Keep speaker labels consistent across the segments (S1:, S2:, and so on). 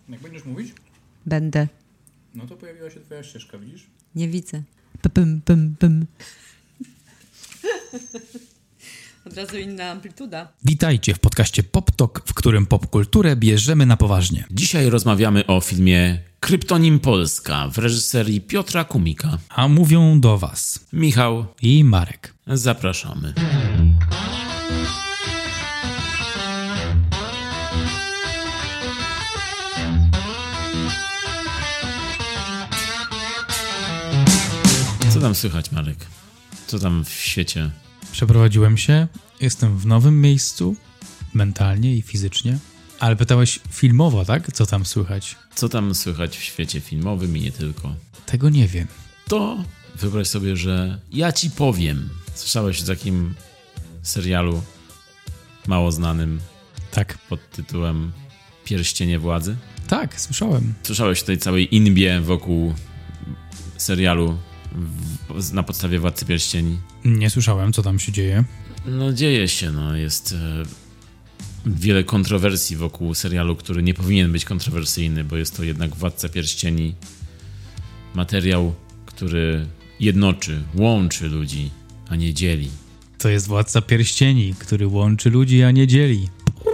S1: Jak będziesz mówić?
S2: Będę.
S1: No to pojawiła się twoja ścieżka, widzisz?
S2: Nie widzę. Pym. Od razu inna amplituda.
S1: Witajcie w podcaście PopTok, w którym popkulturę bierzemy na poważnie.
S3: Dzisiaj rozmawiamy o filmie Kryptonim Polska w reżyserii Piotra Kumika.
S1: A mówią do was
S3: Michał
S1: i Marek.
S3: Zapraszamy. Co tam słychać, Marek? Co tam w świecie?
S1: Przeprowadziłem się, jestem w nowym miejscu, mentalnie i fizycznie. Ale pytałeś filmowo, tak? Co tam słychać?
S3: Co tam słychać w świecie filmowym i nie tylko?
S1: Tego nie wiem.
S3: To wyobraź sobie, że ja ci powiem. Słyszałeś o takim serialu mało znanym?
S1: Tak.
S3: Pod tytułem Pierścienie Władzy?
S1: Tak, słyszałem.
S3: Słyszałeś o tej całej inbie wokół serialu na podstawie Władcy Pierścieni?
S1: Nie słyszałem, co tam się dzieje.
S3: No dzieje się, no jest wiele kontrowersji wokół serialu, który nie powinien być kontrowersyjny, bo jest to jednak Władca Pierścieni. Materiał, który jednoczy, łączy ludzi, a nie dzieli.
S1: To jest Władca Pierścieni, który łączy ludzi, a nie dzieli.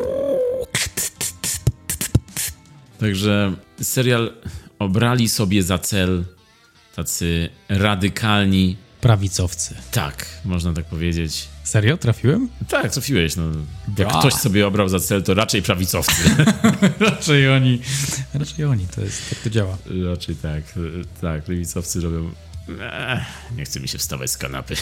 S3: Także serial obrali sobie za cel tacy radykalni...
S1: Prawicowcy.
S3: Tak, można tak powiedzieć.
S1: Serio? Trafiłem?
S3: Tak, trafiłeś. No. Jak ktoś sobie obrał za cel, to raczej prawicowcy.
S1: Raczej oni, to jest, tak to działa.
S3: Raczej tak, lewicowcy robią... nie chce mi się wstawać z kanapy.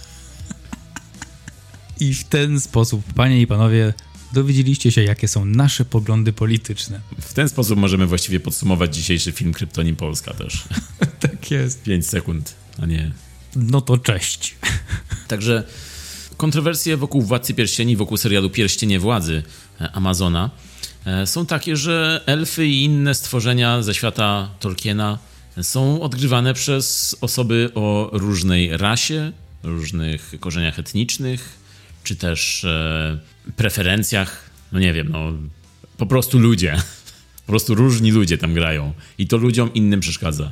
S1: I w ten sposób, panie i panowie, dowiedzieliście się, jakie są nasze poglądy polityczne.
S3: W ten sposób możemy właściwie podsumować dzisiejszy film Kryptonim Polska też.
S1: Tak jest.
S3: 5 sekund, a nie...
S1: No to cześć.
S3: Także kontrowersje wokół Władcy Pierścieni, wokół serialu Pierścienie Władzy Amazona są takie, że elfy i inne stworzenia ze świata Tolkiena są odgrywane przez osoby o różnej rasie, różnych korzeniach etnicznych, czy też preferencjach, no nie wiem, no po prostu ludzie. Po prostu różni ludzie tam grają i to ludziom innym przeszkadza.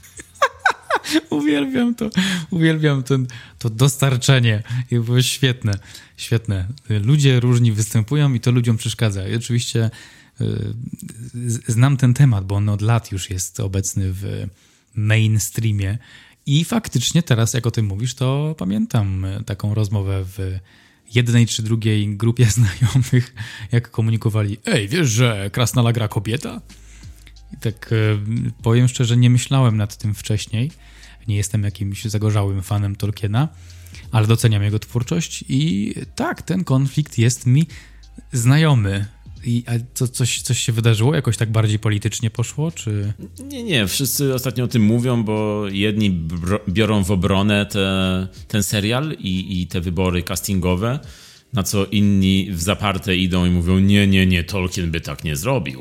S1: Uwielbiam to dostarczenie. I było świetne. Ludzie różni występują i to ludziom przeszkadza. I oczywiście znam ten temat, bo on od lat już jest obecny w mainstreamie. I faktycznie teraz, jak o tym mówisz, to pamiętam taką rozmowę w jednej czy drugiej grupie znajomych, jak komunikowali: ej, wiesz, że Krasnala gra kobieta? I tak powiem szczerze, nie myślałem nad tym wcześniej. Nie jestem jakimś zagorzałym fanem Tolkiena, ale doceniam jego twórczość i tak, ten konflikt jest mi znajomy. A coś się wydarzyło? Jakoś tak bardziej politycznie poszło, czy...
S3: Nie, wszyscy ostatnio o tym mówią, bo jedni biorą w obronę ten serial i te wybory castingowe, na co inni w zaparte idą i mówią: nie, Tolkien by tak nie zrobił.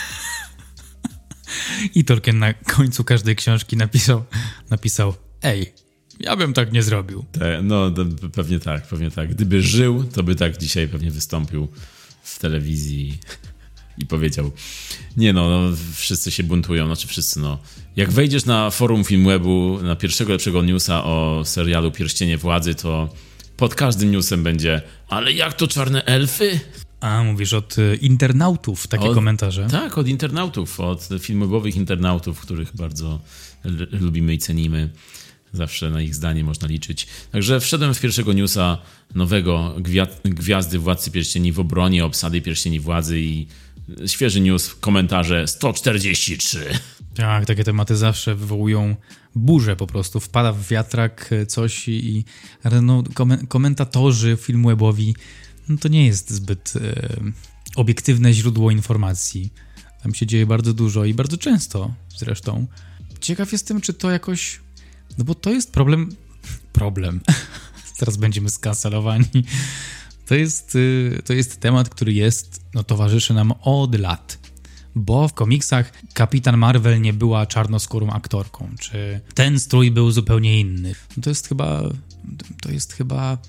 S1: I Tolkien na końcu każdej książki napisał: ej, ja bym tak nie zrobił.
S3: No, pewnie tak. Gdyby żył, to by tak dzisiaj pewnie wystąpił w telewizji i powiedział: nie no, wszyscy się buntują, znaczy wszyscy, no. Jak wejdziesz na forum Filmwebu, na pierwszego lepszego newsa o serialu Pierścienie Władzy, to pod każdym newsem będzie: ale jak to czarne elfy?
S1: A, mówisz od internautów takie komentarze?
S3: Tak, od internautów, od filmowych internautów, których bardzo lubimy i cenimy. Zawsze na ich zdanie można liczyć. Także wszedłem w pierwszego newsa nowego Gwiazdy Władcy Pierścieni w obronie obsady Pierścieni Władzy i świeży news, komentarze 143.
S1: Tak, takie tematy zawsze wywołują burzę po prostu. Wpada w wiatrak coś ale no, komentatorzy Filmwebowi, no to nie jest zbyt obiektywne źródło informacji. Tam się dzieje bardzo dużo i bardzo często zresztą. Ciekaw jestem, czy to jakoś... No bo to jest problem. Zaraz będziemy skancelowani. To jest temat, który towarzyszy nam od lat. Bo w komiksach Kapitan Marvel nie była czarnoskórą aktorką, czy ten strój był zupełnie inny. No to jest chyba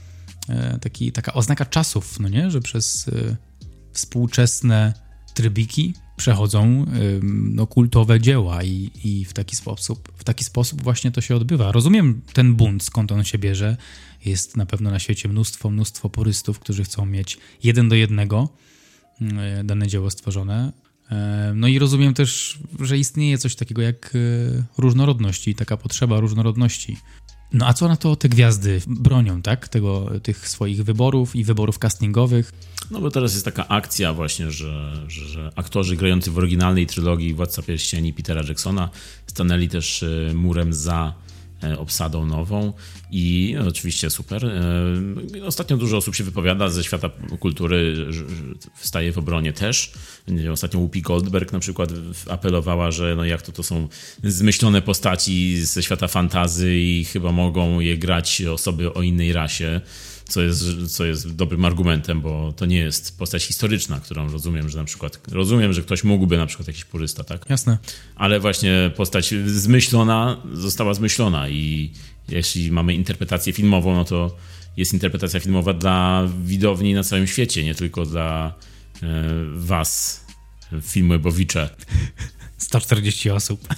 S1: taka oznaka czasów, no nie? Że przez współczesne trybiki przechodzą kultowe dzieła i w taki sposób właśnie to się odbywa. Rozumiem ten bunt, skąd on się bierze. Jest na pewno na świecie mnóstwo purystów, którzy chcą mieć 1:1 dane dzieło stworzone. No i rozumiem też, że istnieje coś takiego jak różnorodność i taka potrzeba różnorodności. No a co na to te gwiazdy bronią, tak? Tych swoich wyborów i wyborów castingowych?
S3: No bo teraz jest taka akcja właśnie, że aktorzy grający w oryginalnej trylogii Władca Pierścieni Petera Jacksona stanęli też murem za obsadą nową i oczywiście super. Ostatnio dużo osób się wypowiada ze świata kultury, wstaje w obronie też. Ostatnio Whoopi Goldberg na przykład apelowała, że no jak to są zmyślone postaci ze świata fantasy i chyba mogą je grać osoby o innej rasie. Co jest dobrym argumentem, bo to nie jest postać historyczna, którą rozumiem, że ktoś mógłby, na przykład jakiś purysta, tak?
S1: Jasne.
S3: Ale właśnie postać zmyślona została zmyślona i jeśli mamy interpretację filmową, no to jest interpretacja filmowa dla widowni na całym świecie, nie tylko dla was, filmowicze.
S1: 140 osób.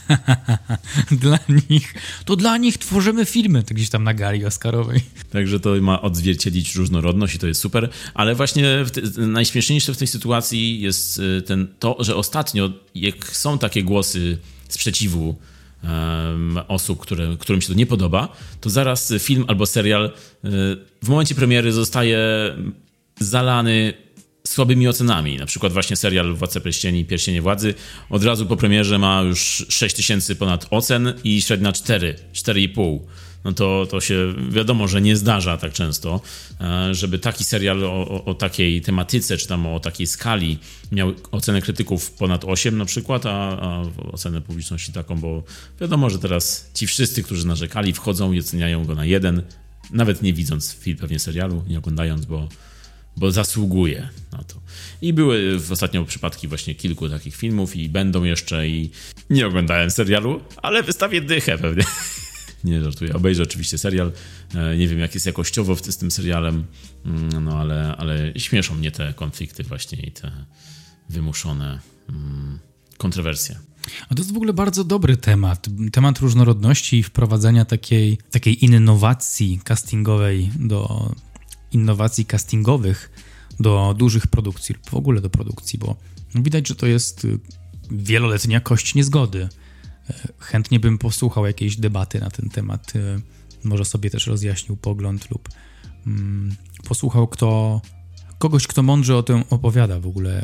S1: Dla nich tworzymy filmy, to gdzieś tam na gali oscarowej.
S3: Także to ma odzwierciedlić różnorodność i to jest super, ale właśnie najśmieszniejsze w tej sytuacji jest to, że ostatnio, jak są takie głosy sprzeciwu osób, którym się to nie podoba, to zaraz film albo serial w momencie premiery zostaje zalany słabymi ocenami. Na przykład właśnie serial Władca Pierścieni, Pierścienie Władzy od razu po premierze ma już 6000 ponad ocen i średnia 4,5. No to się wiadomo, że nie zdarza tak często, żeby taki serial o takiej tematyce, czy tam o takiej skali miał ocenę krytyków ponad 8 na przykład, a ocenę publiczności taką, bo wiadomo, że teraz ci wszyscy, którzy narzekali, wchodzą i oceniają go na 1, nawet nie widząc pewnie serialu, nie oglądając, bo zasługuje na to. I były ostatnio przypadki właśnie kilku takich filmów i będą jeszcze i nie oglądałem serialu, ale wystawię dychę pewnie. Nie żartuję, obejrzę oczywiście serial. Nie wiem, jak jest jakościowo z tym serialem, no ale śmieszą mnie te konflikty właśnie i te wymuszone kontrowersje.
S1: A to jest w ogóle bardzo dobry temat różnorodności i wprowadzania takiej innowacji castingowej innowacji castingowych do dużych produkcji lub w ogóle do produkcji, bo widać, że to jest wieloletnia kość niezgody. Chętnie bym posłuchał jakiejś debaty na ten temat. Może sobie też rozjaśnił pogląd lub posłuchał kogoś, kto mądrze o tym opowiada w ogóle,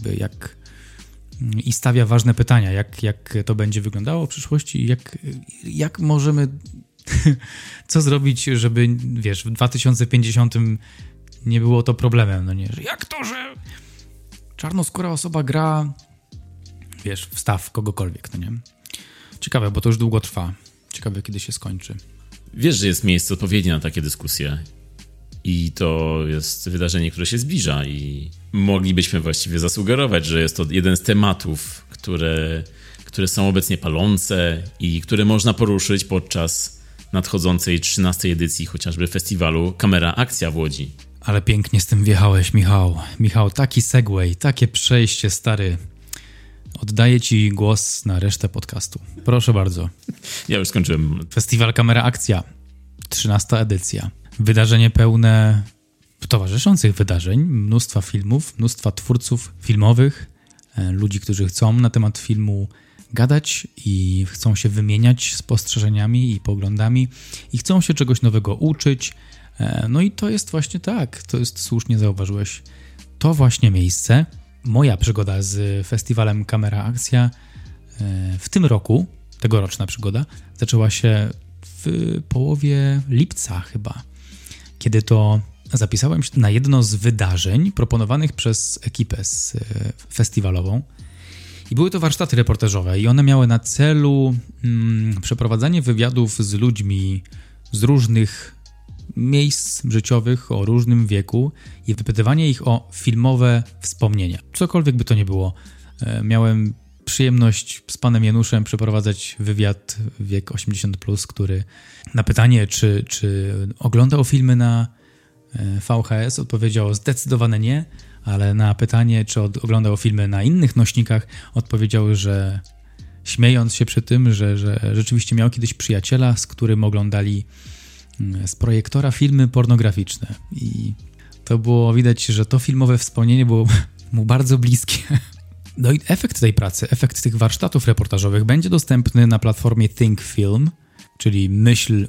S1: i stawia ważne pytania, jak to będzie wyglądało w przyszłości i jak możemy co zrobić, żeby, w 2050 nie było to problemem, no nie? Że jak to, że czarnoskóra osoba gra, wstaw kogokolwiek, no nie? Ciekawe, bo to już długo trwa. Ciekawe, kiedy się skończy.
S3: Wiesz, że jest miejsce odpowiednie na takie dyskusje i to jest wydarzenie, które się zbliża i moglibyśmy właściwie zasugerować, że jest to jeden z tematów, które są obecnie palące i które można poruszyć podczas nadchodzącej 13. edycji chociażby festiwalu Kamera Akcja w Łodzi.
S1: Ale pięknie z tym wjechałeś, Michał. Michał, taki segway, takie przejście, stary. Oddaję ci głos na resztę podcastu. Proszę bardzo.
S3: Ja już skończyłem.
S1: Festiwal Kamera Akcja, 13. edycja. Wydarzenie pełne towarzyszących wydarzeń, mnóstwa filmów, mnóstwa twórców filmowych, ludzi, którzy chcą na temat filmu gadać i chcą się wymieniać spostrzeżeniami i poglądami i chcą się czegoś nowego uczyć. No i to jest właśnie tak, to jest, słusznie zauważyłeś, to właśnie miejsce. Moja przygoda z festiwalem Kamera Akcja w tym roku, tegoroczna przygoda, zaczęła się w połowie lipca chyba, kiedy to zapisałem się na jedno z wydarzeń proponowanych przez ekipę festiwalową. I były to warsztaty reportażowe i one miały na celu przeprowadzanie wywiadów z ludźmi z różnych miejsc życiowych o różnym wieku i wypytywanie ich o filmowe wspomnienia. Cokolwiek by to nie było. Miałem przyjemność z panem Januszem przeprowadzać wywiad wiek 80+, który na pytanie, czy oglądał filmy na VHS, odpowiedział zdecydowane nie, ale na pytanie, czy oglądał filmy na innych nośnikach, odpowiedział, że śmiejąc się przy tym, że rzeczywiście miał kiedyś przyjaciela, z którym oglądali z projektora filmy pornograficzne. I to było widać, że to filmowe wspomnienie było mu bardzo bliskie. No i efekt tej pracy, efekt tych warsztatów reportażowych będzie dostępny na platformie Think Film, czyli myśl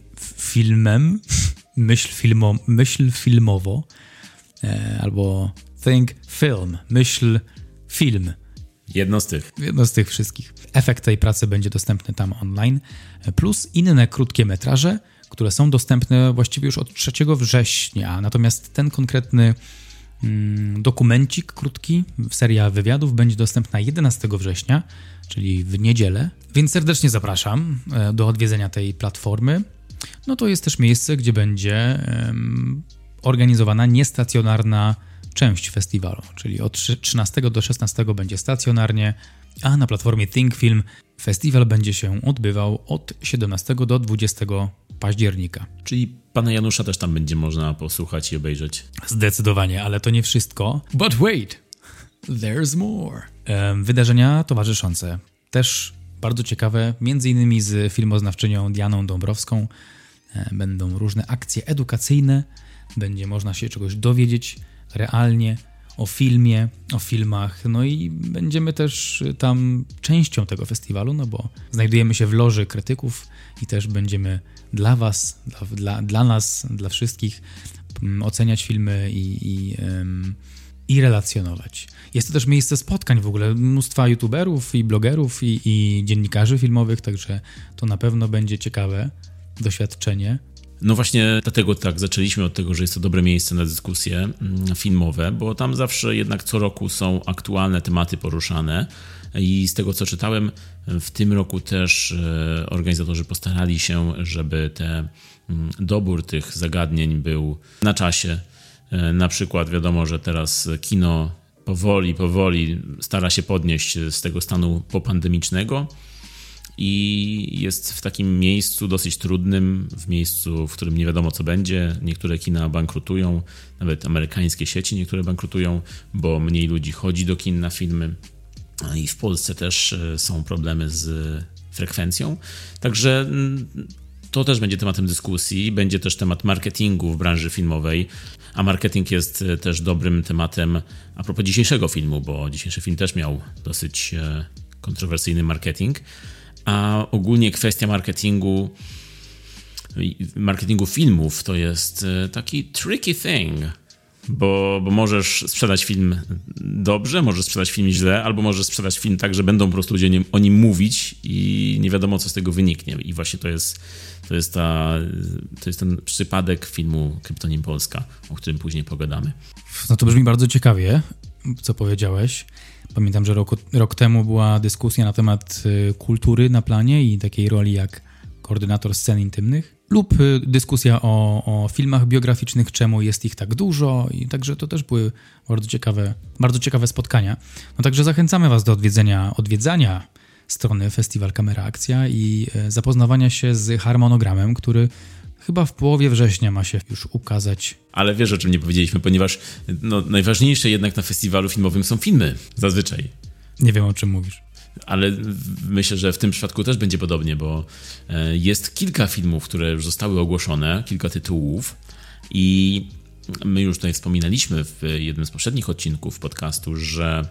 S1: filmowo, albo Think Film, myśl film.
S3: Jedno z tych
S1: wszystkich. Efekt tej pracy będzie dostępny tam online, plus inne krótkie metraże, które są dostępne właściwie już od 3 września. Natomiast ten konkretny dokumencik krótki, seria wywiadów będzie dostępna 11 września, czyli w niedzielę. Więc serdecznie zapraszam do odwiedzenia tej platformy. No to jest też miejsce, gdzie będzie organizowana niestacjonarna część festiwalu, czyli od 13 do 16 będzie stacjonarnie, a na platformie Think Film festiwal będzie się odbywał od 17 do 20 października.
S3: Czyli pana Janusza też tam będzie można posłuchać i obejrzeć.
S1: Zdecydowanie, ale to nie wszystko. But wait, there's more. Wydarzenia towarzyszące, też bardzo ciekawe, między innymi z filmoznawczynią Dianą Dąbrowską. Będą różne akcje edukacyjne, będzie można się czegoś dowiedzieć realnie o filmie, o filmach, no i będziemy też tam częścią tego festiwalu, no bo znajdujemy się w loży krytyków i też będziemy dla was, dla nas, dla wszystkich oceniać filmy i relacjonować. Jest to też miejsce spotkań w ogóle, mnóstwa youtuberów i blogerów i dziennikarzy filmowych, także to na pewno będzie ciekawe doświadczenie.
S3: No właśnie dlatego tak zaczęliśmy od tego, że jest to dobre miejsce na dyskusje filmowe, bo tam zawsze jednak co roku są aktualne tematy poruszane i z tego co czytałem, w tym roku też organizatorzy postarali się, żeby dobór tych zagadnień był na czasie. Na przykład wiadomo, że teraz kino powoli stara się podnieść z tego stanu popandemicznego i jest w takim miejscu dosyć trudnym, w miejscu, w którym nie wiadomo co będzie. Niektóre kina bankrutują, nawet amerykańskie sieci niektóre bankrutują, bo mniej ludzi chodzi do kin na filmy i w Polsce też są problemy z frekwencją. Także to też będzie tematem dyskusji, będzie też temat marketingu w branży filmowej, a marketing jest też dobrym tematem a propos dzisiejszego filmu, bo dzisiejszy film też miał dosyć kontrowersyjny marketing. A ogólnie kwestia marketingu filmów to jest taki tricky thing, bo możesz sprzedać film dobrze, możesz sprzedać film źle, albo możesz sprzedać film tak, że będą po prostu ludzie o nim mówić i nie wiadomo, co z tego wyniknie. I właśnie to jest ten przypadek filmu Kryptonim Polska, o którym później pogadamy.
S1: No to brzmi bardzo ciekawie, co powiedziałeś. Pamiętam, że rok temu była dyskusja na temat kultury na planie i takiej roli jak koordynator scen intymnych lub dyskusja o filmach biograficznych, czemu jest ich tak dużo i także to też były bardzo ciekawe spotkania. No także zachęcamy was do odwiedzania strony Festiwal Kamera Akcja i zapoznawania się z harmonogramem, który chyba w połowie września ma się już ukazać.
S3: Ale wiesz, o czym nie powiedzieliśmy, ponieważ najważniejsze jednak na festiwalu filmowym są filmy, zazwyczaj.
S1: Nie wiem, o czym mówisz.
S3: Ale myślę, że w tym przypadku też będzie podobnie, bo jest kilka filmów, które już zostały ogłoszone, kilka tytułów i my już tutaj wspominaliśmy w jednym z poprzednich odcinków podcastu, że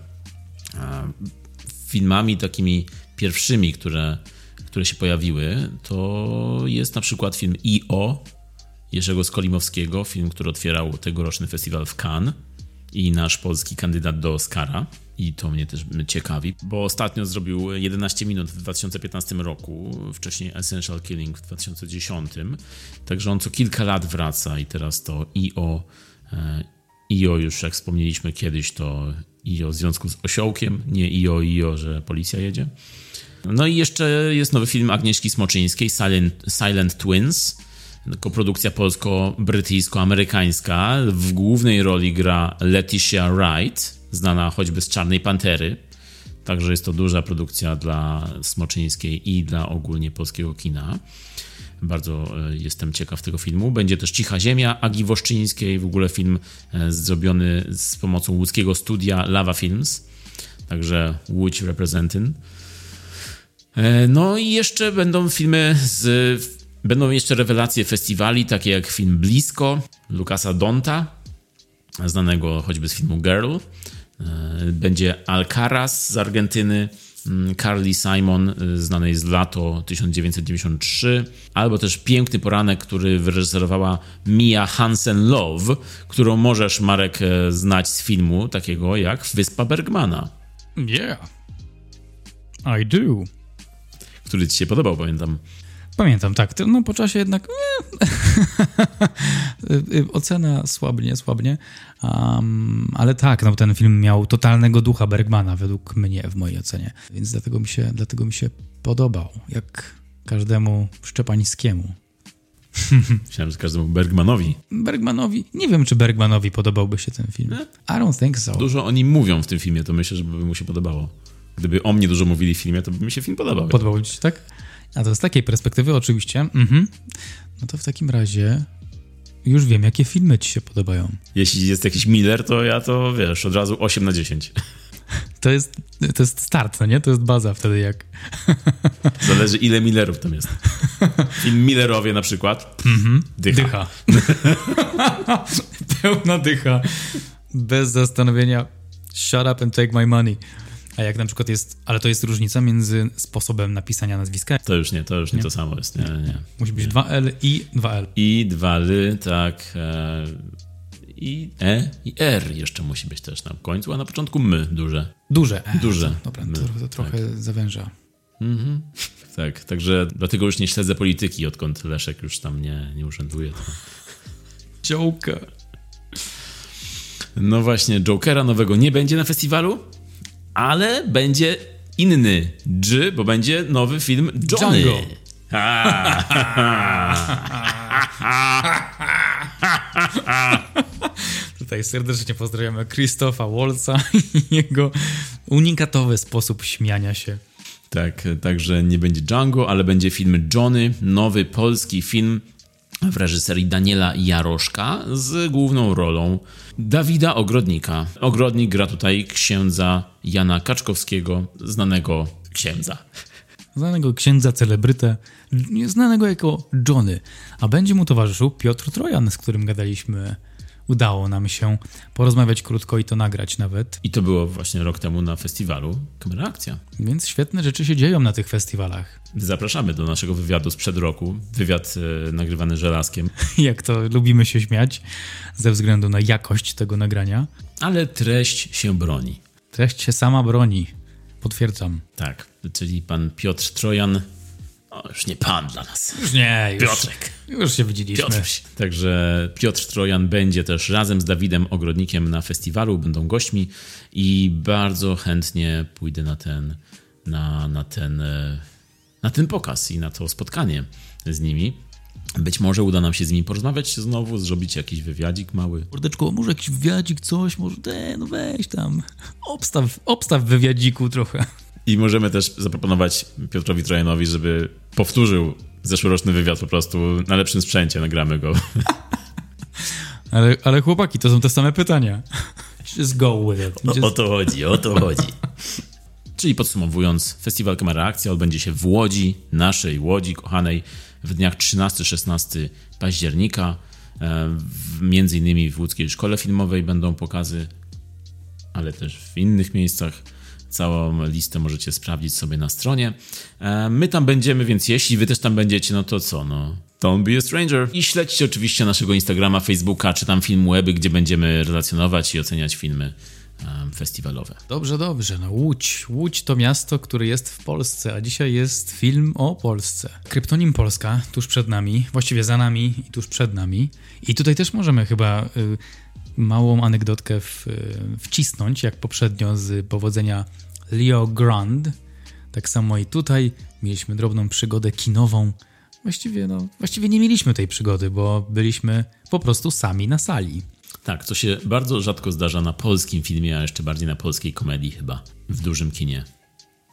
S3: filmami takimi pierwszymi, które się pojawiły, to jest na przykład film I.O. Jerzego Skolimowskiego, film, który otwierał tegoroczny festiwal w Cannes i nasz polski kandydat do Oscara. I to mnie też ciekawi, bo ostatnio zrobił 11 minut w 2015 roku, wcześniej Essential Killing w 2010. Także on co kilka lat wraca i teraz to I.O. Już jak wspomnieliśmy kiedyś, to I.O. w związku z osiołkiem, nie I.O., że policja jedzie. No i jeszcze jest nowy film Agnieszki Smoczyńskiej, Silent Twins, koprodukcja polsko-brytyjsko-amerykańska. W głównej roli gra Letitia Wright, znana choćby z Czarnej Pantery. Także jest to duża produkcja dla Smoczyńskiej i dla ogólnie polskiego kina. Bardzo jestem ciekaw tego filmu. Będzie też Cicha Ziemia Agi Woszczyńskiej, w ogóle film zrobiony z pomocą łódzkiego studia Lava Films. Także Łódź representing. No i jeszcze będą jeszcze rewelacje festiwali, takie jak film Blisko Lukasa Donta, znanego choćby z filmu Girl. Będzie Alcaraz z Argentyny, Carly Simon, znanej z Lato 1993, albo też Piękny poranek, który wyreżyserowała Mia Hansen-Løve, którą możesz, Marek, znać z filmu takiego jak Wyspa Bergmana.
S1: Yeah, I do.
S3: Który ci się podobał, pamiętam.
S1: Pamiętam, tak. No po czasie jednak ocena słabnie. Ale tak, no ten film miał totalnego ducha Bergmana, według mnie, w mojej ocenie. Więc dlatego mi się podobał, jak każdemu Szczepańskiemu.
S3: Myślałem, że każdemu Bergmanowi.
S1: Nie wiem, czy Bergmanowi podobałby się ten film. I don't think so.
S3: Dużo o nim mówią w tym filmie, to myślę, że by mu się podobało. Gdyby o mnie dużo mówili w filmie, to by mi się film podobał.
S1: Podobał ci się, tak? A to z takiej perspektywy oczywiście. No to w takim razie już wiem, jakie filmy ci się podobają.
S3: Jeśli jest jakiś Miller, to ja to, wiesz, od razu 8/10.
S1: To jest start, no nie? To jest baza wtedy jak...
S3: Zależy, ile Millerów tam jest. Film Millerowie na przykład. Dycha.
S1: Pełna dycha. Bez zastanowienia. Shut up and take my money. A jak na przykład jest... Ale to jest różnica między sposobem napisania nazwiska.
S3: To już nie to samo jest. Nie.
S1: Musi być 2L i 2L.
S3: I 2L, tak. I E i R jeszcze musi być też na końcu, a na początku my duże.
S1: Duże.
S3: Duże.
S1: Dobra, to trochę zawęża.
S3: Tak, także dlatego już nie śledzę polityki, odkąd Leszek już tam nie urzęduje.
S1: Joker.
S3: No właśnie, Jokera nowego nie będzie na festiwalu, ale będzie inny bo będzie nowy film Johnny.
S1: Django. Tutaj serdecznie pozdrawiamy Christopha Waltza i jego unikatowy sposób śmiania się.
S3: Tak, także nie będzie Django, ale będzie film Johnny, nowy polski film w reżyserii Daniela Jaroszka z główną rolą Dawida Ogrodnika. Ogrodnik gra tutaj księdza Jana Kaczkowskiego, znanego księdza, celebrytę, znanego jako Johnny. A będzie mu towarzyszył Piotr Trojan, z którym gadaliśmy. Udało nam się porozmawiać krótko i to nagrać nawet. I to było właśnie rok temu na festiwalu Kamera Akcja.
S1: Więc świetne rzeczy się dzieją na tych festiwalach.
S3: Zapraszamy do naszego wywiadu sprzed roku. Wywiad nagrywany żelazkiem.
S1: Jak to lubimy się śmiać ze względu na jakość tego nagrania.
S3: Ale treść się broni.
S1: Treść się sama broni. Potwierdzam.
S3: Tak, czyli pan Piotr Trojan... już nie pan dla nas.
S1: Już nie.
S3: Piotrek.
S1: Już się widzieliśmy.
S3: Piotruś. Także Piotr Trojan będzie też razem z Dawidem Ogrodnikiem na festiwalu, będą gośćmi i bardzo chętnie pójdę na ten pokaz i na to spotkanie z nimi. Być może uda nam się z nimi porozmawiać znowu, zrobić jakiś wywiadzik mały.
S1: Mordeczko, może jakiś wywiadzik, coś, może no weź tam, obstaw w wywiadziku trochę.
S3: I możemy też zaproponować Piotrowi Trojanowi, żeby powtórzył zeszłoroczny wywiad po prostu na lepszym sprzęcie, nagramy go.
S1: Ale chłopaki, to są te same pytania. Just go with it.
S3: O to chodzi. Czyli podsumowując, festiwal Kamera Akcja odbędzie się w Łodzi, naszej Łodzi kochanej, w dniach 13-16 października. Między innymi w Łódzkiej Szkole Filmowej będą pokazy, ale też w innych miejscach. Całą listę możecie sprawdzić sobie na stronie. My tam będziemy, więc jeśli wy też tam będziecie, no to co, no... Don't be a stranger. I śledźcie oczywiście naszego Instagrama, Facebooka, czy tam Filmweby, gdzie będziemy relacjonować i oceniać filmy festiwalowe.
S1: Dobrze. No Łódź to miasto, które jest w Polsce, a dzisiaj jest film o Polsce. Kryptonim Polska tuż przed nami, właściwie za nami i tuż przed nami. I tutaj też możemy chyba... małą anegdotkę wcisnąć, jak poprzednio z powodzenia Leo Grand. Tak samo i tutaj mieliśmy drobną przygodę kinową. Właściwie nie mieliśmy tej przygody, bo byliśmy po prostu sami na sali.
S3: Tak, co się bardzo rzadko zdarza na polskim filmie, a jeszcze bardziej na polskiej komedii chyba, w dużym kinie.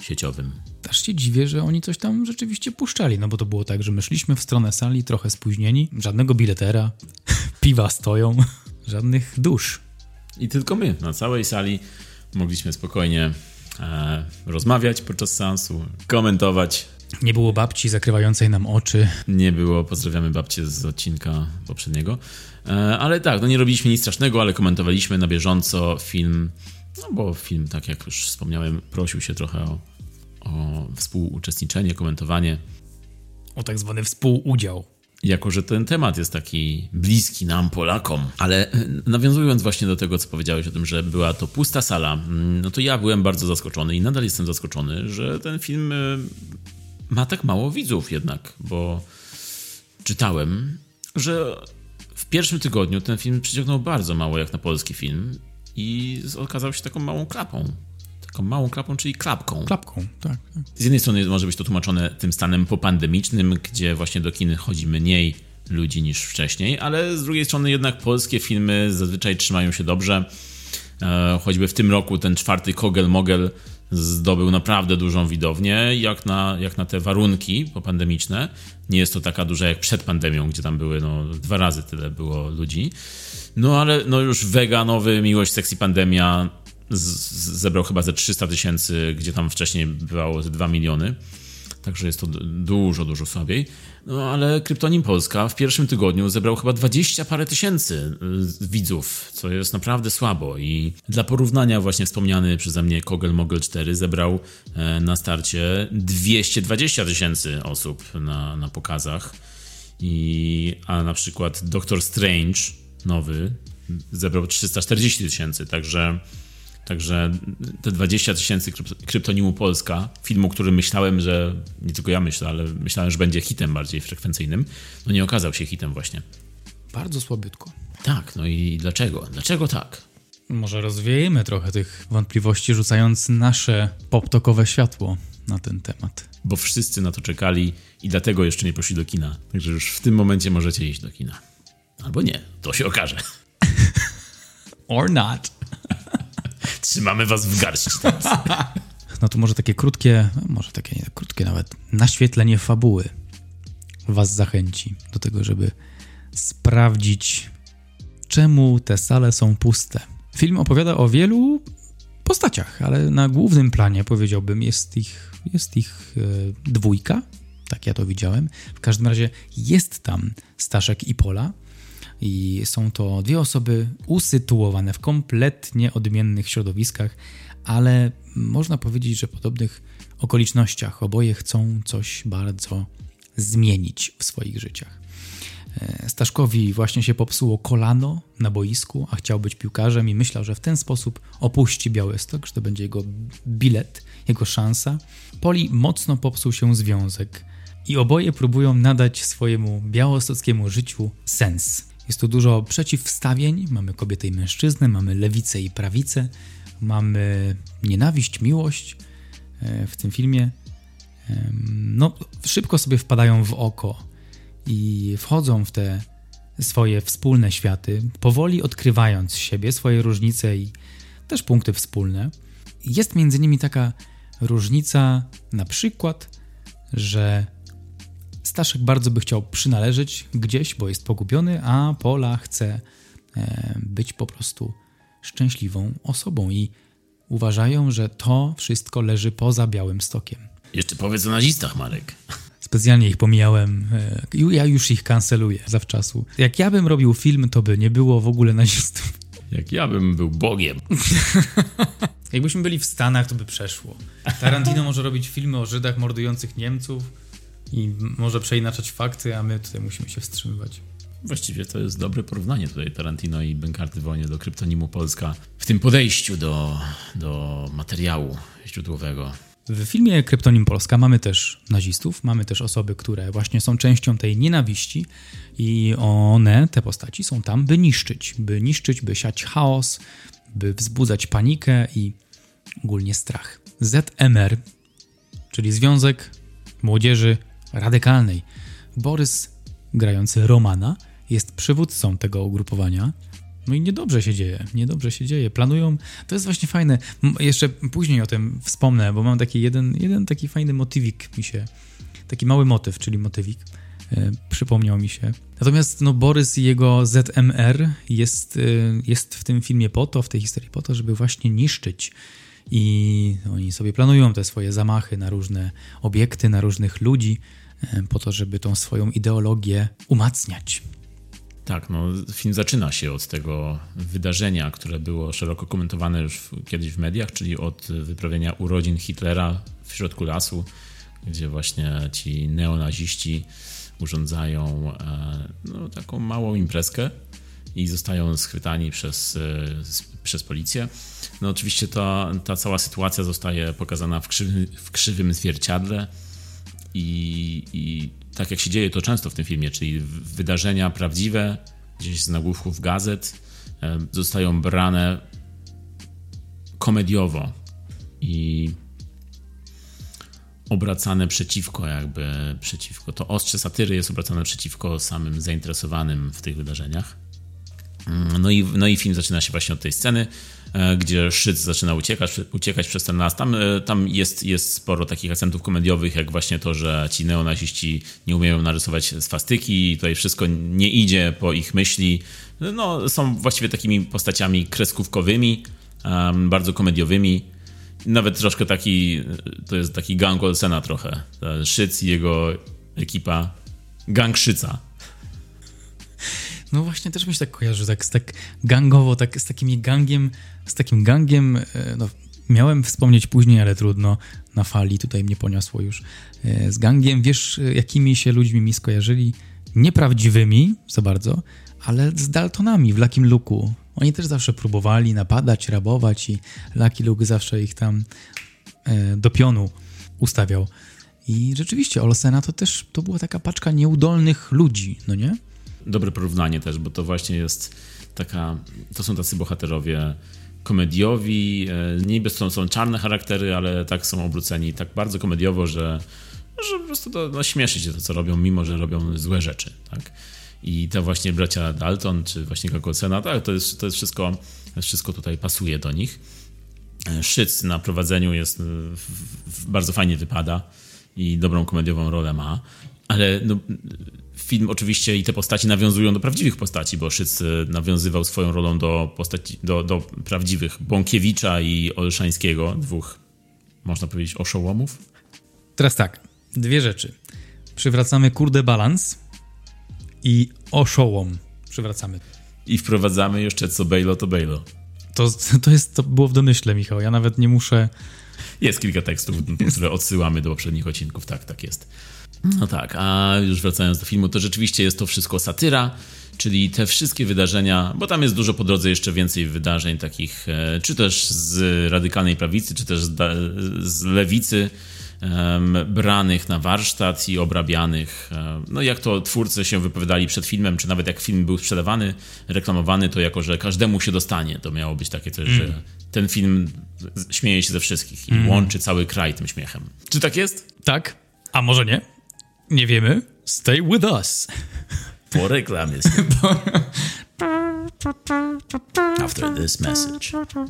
S3: sieciowym.
S1: Też się dziwię, że oni coś tam rzeczywiście puszczali, no bo to było tak, że my szliśmy w stronę sali trochę spóźnieni, żadnego biletera, piwa stoją, żadnych dusz.
S3: I tylko my na całej sali mogliśmy spokojnie rozmawiać podczas seansu, komentować.
S1: Nie było babci zakrywającej nam oczy.
S3: Nie było, pozdrawiamy babcię z odcinka poprzedniego. Ale tak, no nie robiliśmy nic strasznego, ale komentowaliśmy na bieżąco film, no bo film, tak jak już wspomniałem, prosił się trochę o współuczestniczenie, komentowanie.
S1: O tak zwany współudział.
S3: Jako że ten temat jest taki bliski nam, Polakom. Ale nawiązując właśnie do tego, co powiedziałeś o tym, że była to pusta sala, no to ja byłem bardzo zaskoczony i nadal jestem zaskoczony, że ten film ma tak mało widzów jednak, bo czytałem, że w pierwszym tygodniu ten film przyciągnął bardzo mało jak na polski film i okazał się taką małą klapą. Taką małą klapą, czyli klapką.
S1: Klapką, tak.
S3: Z jednej strony może być to tłumaczone tym stanem popandemicznym, gdzie właśnie do kin chodzi mniej ludzi niż wcześniej, ale z drugiej strony jednak polskie filmy zazwyczaj trzymają się dobrze. Choćby w tym roku ten 4. Kogel-Mogel zdobył naprawdę dużą widownię, jak na te warunki popandemiczne. Nie jest to taka duża jak przed pandemią, gdzie tam były 2 razy tyle było ludzi. No ale już Vega nowy, Miłość, Seks i Pandemia zebrał chyba ze 300 000, gdzie tam wcześniej bywało ze 2 miliony. Także jest to dużo słabiej. No ale Kryptonim Polska w pierwszym tygodniu zebrał chyba 20 parę tysięcy widzów, co jest naprawdę słabo. I dla porównania właśnie wspomniany przeze mnie Kogel-Mogel 4 zebrał na starcie 220 000 osób na pokazach. A na przykład Doctor Strange nowy zebrał 340 000, Także te 20 000 Kryptonimu Polska, filmu, który myślałem, że, nie tylko ja myślę, ale myślałem, że będzie hitem bardziej frekwencyjnym, no nie okazał się hitem właśnie.
S1: Bardzo słabiutko.
S3: Tak, no i dlaczego? Dlaczego tak?
S1: Może rozwiejemy trochę tych wątpliwości, rzucając nasze poptokowe światło na ten temat.
S3: Bo wszyscy na to czekali i dlatego jeszcze nie poszli do kina. Także już w tym momencie możecie iść do kina. Albo nie, to się okaże.
S1: Or not.
S3: Trzymamy was w garści teraz.
S1: No to może takie krótkie, nie tak krótkie nawet, naświetlenie fabuły was zachęci do tego, żeby sprawdzić, czemu te sale są puste. Film opowiada o wielu postaciach, ale na głównym planie, powiedziałbym, jest ich 2, tak ja to widziałem. W każdym razie jest tam Staszek i Pola. I są to 2 osoby usytuowane w kompletnie odmiennych środowiskach, ale można powiedzieć, że w podobnych okolicznościach. Oboje chcą coś bardzo zmienić w swoich życiach. Staszkowi właśnie się popsuło kolano na boisku, a chciał być piłkarzem i myślał, że w ten sposób opuści Białystok, że to będzie jego bilet, jego szansa. Poli mocno popsuł się związek i oboje próbują nadać swojemu białostockiemu życiu sens. Jest tu dużo przeciwstawień, mamy kobietę i mężczyznę, mamy lewicę i prawicę, mamy nienawiść, miłość w tym filmie. No, szybko sobie wpadają w oko i wchodzą w te swoje wspólne światy, powoli odkrywając siebie, swoje różnice i też punkty wspólne. Jest między nimi taka różnica na przykład, że Staszek bardzo by chciał przynależeć gdzieś, bo jest pogubiony, a Pola chce być po prostu szczęśliwą osobą i uważają, że to wszystko leży poza Białymstokiem.
S3: Jeszcze powiedz o nazistach, Marek.
S1: Specjalnie ich pomijałem. Ja już ich kanceluję zawczasu. Jak ja bym robił film, to by nie było w ogóle nazistów.
S3: Jak ja bym był Bogiem.
S1: Jakbyśmy byli w Stanach, to by przeszło. Tarantino może robić filmy o Żydach mordujących Niemców i może przeinaczać fakty, a my tutaj musimy się wstrzymywać.
S3: Właściwie to jest dobre porównanie tutaj Tarantino i Bękarty w wojnie do Kryptonimu Polska w tym podejściu do materiału źródłowego.
S1: W filmie Kryptonim Polska mamy też nazistów, mamy też osoby, które właśnie są częścią tej nienawiści i one, te postaci, są tam, by niszczyć, by siać chaos, by wzbudzać panikę i ogólnie strach. ZMR, czyli Związek Młodzieży Radykalnej. Borys, grający Romana, jest przywódcą tego ugrupowania No i niedobrze się dzieje. Planują, to jest właśnie fajne. Jeszcze później o tym wspomnę, bo mam taki jeden taki fajny motywik mi się, taki mały motyw, czyli motywik, przypomniał mi się. Natomiast no, Borys i jego ZMR jest w tym filmie w tej historii po to, żeby właśnie niszczyć. I oni sobie planują te swoje zamachy na różne obiekty, na różnych ludzi, po to, żeby tą swoją ideologię umacniać.
S3: Tak, no film zaczyna się od tego wydarzenia, które było szeroko komentowane już kiedyś w mediach, czyli od wyprawienia urodzin Hitlera w środku lasu, gdzie właśnie ci neonaziści urządzają taką małą imprezkę i zostają schwytani przez policję. No oczywiście ta cała sytuacja zostaje pokazana w krzywym zwierciadle i tak jak się dzieje to często w tym filmie, czyli wydarzenia prawdziwe gdzieś z nagłówków gazet zostają brane komediowo i obracane przeciwko. To ostrze satyry jest obracane przeciwko samym zainteresowanym w tych wydarzeniach. No i film zaczyna się właśnie od tej sceny, gdzie Szyc zaczyna uciekać przez ten las. Tam jest sporo takich akcentów komediowych, jak właśnie to, że ci neonaziści nie umieją narysować swastyki i tutaj wszystko nie idzie po ich myśli. No, są właściwie takimi postaciami kreskówkowymi, bardzo komediowymi. Nawet troszkę to jest taki gang Olsena trochę. Szyc i jego ekipa, gang Szyca.
S1: No właśnie, też mi się tak kojarzy, tak gangowo, z takim gangiem, no miałem wspomnieć później, ale trudno, na fali, tutaj mnie poniosło już, z gangiem, wiesz, jakimi się ludźmi mi skojarzyli, nieprawdziwymi za bardzo, ale z Daltonami w Luckym Luke'u. Oni też zawsze próbowali napadać, rabować i Lucky Luke zawsze ich tam do pionu ustawiał. I rzeczywiście Olsena to była taka paczka nieudolnych ludzi, no nie?
S3: Dobre porównanie też, bo to właśnie jest to są tacy bohaterowie komediowi, niby są czarne charaktery, ale tak są obróceni tak bardzo komediowo, że po prostu śmieszy się to, co robią, mimo że robią złe rzeczy, tak? I te właśnie bracia Dalton, czy właśnie Olsena, tak, to jest wszystko tutaj pasuje do nich. Szyc na prowadzeniu bardzo fajnie wypada i dobrą komediową rolę ma, ale no, film oczywiście i te postaci nawiązują do prawdziwych postaci, bo Szyc nawiązywał swoją rolą do postaci, do prawdziwych Bąkiewicza i Olszańskiego, dwóch, można powiedzieć, oszołomów. Teraz
S1: tak, dwie rzeczy. Przywracamy kurde balans i oszołom przywracamy.
S3: I wprowadzamy jeszcze co Bejlo, to Bejlo.
S1: To było w domyśle, Michał, ja nawet nie muszę...
S3: Jest kilka tekstów, które odsyłamy do poprzednich odcinków, tak jest. No tak, a już wracając do filmu, to rzeczywiście jest to wszystko satyra, czyli te wszystkie wydarzenia, bo tam jest dużo po drodze jeszcze więcej wydarzeń takich, czy też z radykalnej prawicy, czy też z lewicy, branych na warsztat i obrabianych. No jak to twórcy się wypowiadali przed filmem, czy nawet jak film był sprzedawany, reklamowany, to jako, że każdemu się dostanie. To miało być takie coś, że ten film śmieje się ze wszystkich i łączy cały kraj tym śmiechem. Czy tak jest?
S1: Tak, a może nie? Nie wiemy. Stay with us.
S3: Po reklamie. After this message.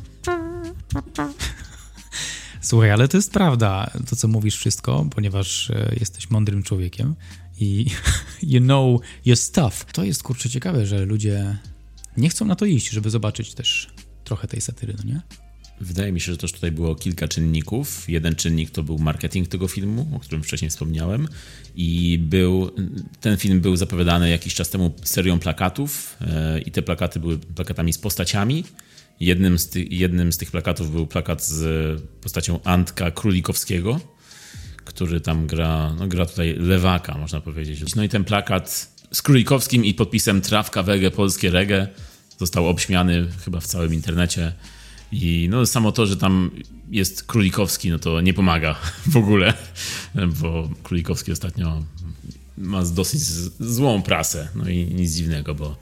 S1: Słuchaj, ale to jest prawda, to co mówisz wszystko, ponieważ jesteś mądrym człowiekiem i you know your stuff. To jest, kurczę, ciekawe, że ludzie nie chcą na to iść, żeby zobaczyć też trochę tej satyry, no nie?
S3: Wydaje mi się, że też tutaj było kilka czynników. Jeden czynnik to był marketing tego filmu, o którym wcześniej wspomniałem. I ten film był zapowiadany jakiś czas temu serią plakatów i te plakaty były plakatami z postaciami. Jednym z tych plakatów był plakat z postacią Antka Królikowskiego, który tam gra tutaj lewaka, można powiedzieć. No i ten plakat z Królikowskim i podpisem Trawka Wege, polskie reggae został obśmiany chyba w całym internecie. I no samo to, że tam jest Królikowski, no to nie pomaga w ogóle, bo Królikowski ostatnio ma dosyć złą prasę, no i nic dziwnego, bo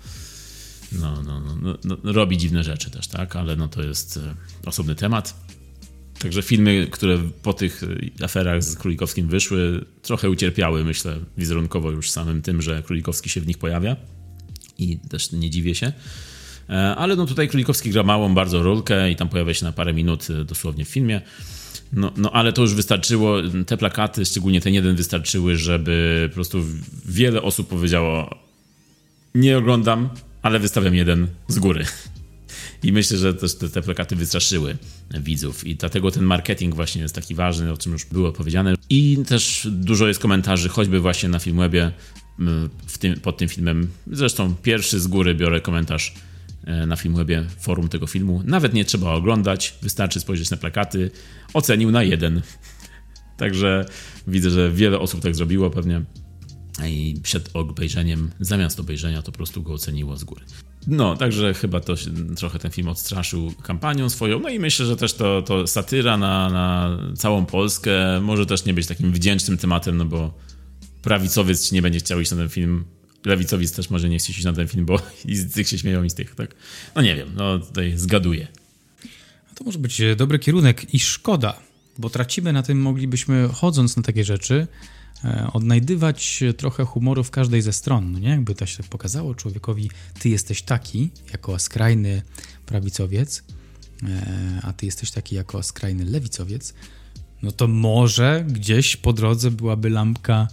S3: robi dziwne rzeczy też, tak, ale no to jest osobny temat. Także filmy, które po tych aferach z Królikowskim wyszły, trochę ucierpiały, myślę, wizerunkowo już samym tym, że Królikowski się w nich pojawia i też nie dziwię się. Ale no tutaj Królikowski gra małą bardzo rolkę i tam pojawia się na parę minut dosłownie w filmie. No ale to już wystarczyło, te plakaty, szczególnie ten jeden, wystarczyły, żeby po prostu wiele osób powiedziało: nie oglądam, ale wystawiam jeden z góry. I myślę, że też te plakaty wystraszyły widzów i dlatego ten marketing właśnie jest taki ważny, o czym już było powiedziane. I też dużo jest komentarzy, choćby właśnie na Filmwebie pod tym filmem. Zresztą pierwszy z góry biorę komentarz na Filmwebie, forum tego filmu. Nawet nie trzeba oglądać, wystarczy spojrzeć na plakaty. Ocenił na 1. Także widzę, że wiele osób tak zrobiło pewnie. I przed obejrzeniem, zamiast obejrzenia, to po prostu go oceniło z góry. No, także chyba to trochę ten film odstraszył kampanią swoją. No i myślę, że też to satyra na całą Polskę może też nie być takim wdzięcznym tematem, no bo prawicowiec ci nie będzie chciał iść na ten film, lewicowiec też może nie chce iść na ten film, bo i z tych się śmieją i z tych, tak? No nie wiem, no tutaj zgaduję.
S1: To może być dobry kierunek i szkoda, bo tracimy na tym, moglibyśmy, chodząc na takie rzeczy, odnajdywać trochę humoru w każdej ze stron, no nie? Jakby to się pokazało człowiekowi: ty jesteś taki jako skrajny prawicowiec, a ty jesteś taki jako skrajny lewicowiec, no to może gdzieś po drodze byłaby lampka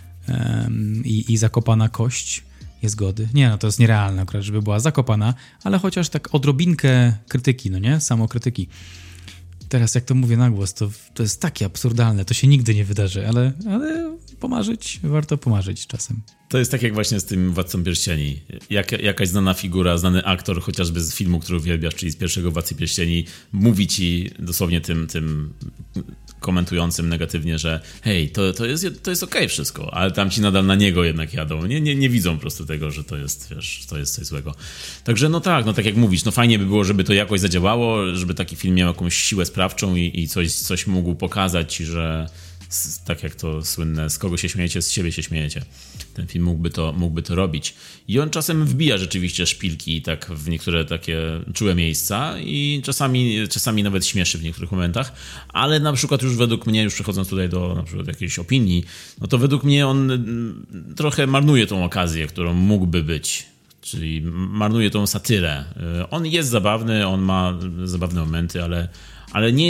S1: i zakopana kość niezgody. Nie, no to jest nierealne akurat, żeby była zakopana, ale chociaż tak odrobinkę krytyki, no nie? Samokrytyki. Teraz jak to mówię na głos, to jest takie absurdalne, to się nigdy nie wydarzy, ale pomarzyć, warto pomarzyć czasem.
S3: To jest tak jak właśnie z tym Władcą Pierścieni. Jakaś znana figura, znany aktor, chociażby z filmu, który uwielbiasz, czyli z pierwszego Władcy Pierścieni, mówi ci dosłownie tym komentującym negatywnie, że hej, to jest okej wszystko, ale tam ci nadal na niego jednak jadą. Nie widzą po prostu tego, że to jest, wiesz, to jest coś złego. Także no tak jak mówisz, no fajnie by było, żeby to jakoś zadziałało, żeby taki film miał jakąś siłę sprawczą i coś mógł pokazać, że tak jak to słynne, z kogo się śmiejecie, z siebie się śmiejecie. Ten film mógłby to robić. I on czasem wbija rzeczywiście szpilki tak w niektóre takie czułe miejsca i czasami nawet śmieszy w niektórych momentach, ale na przykład już według mnie, już przechodząc tutaj do na przykład jakiejś opinii, no to według mnie on trochę marnuje tą okazję, którą mógłby być. Czyli marnuje tą satyrę. On jest zabawny, on ma zabawne momenty, ale nie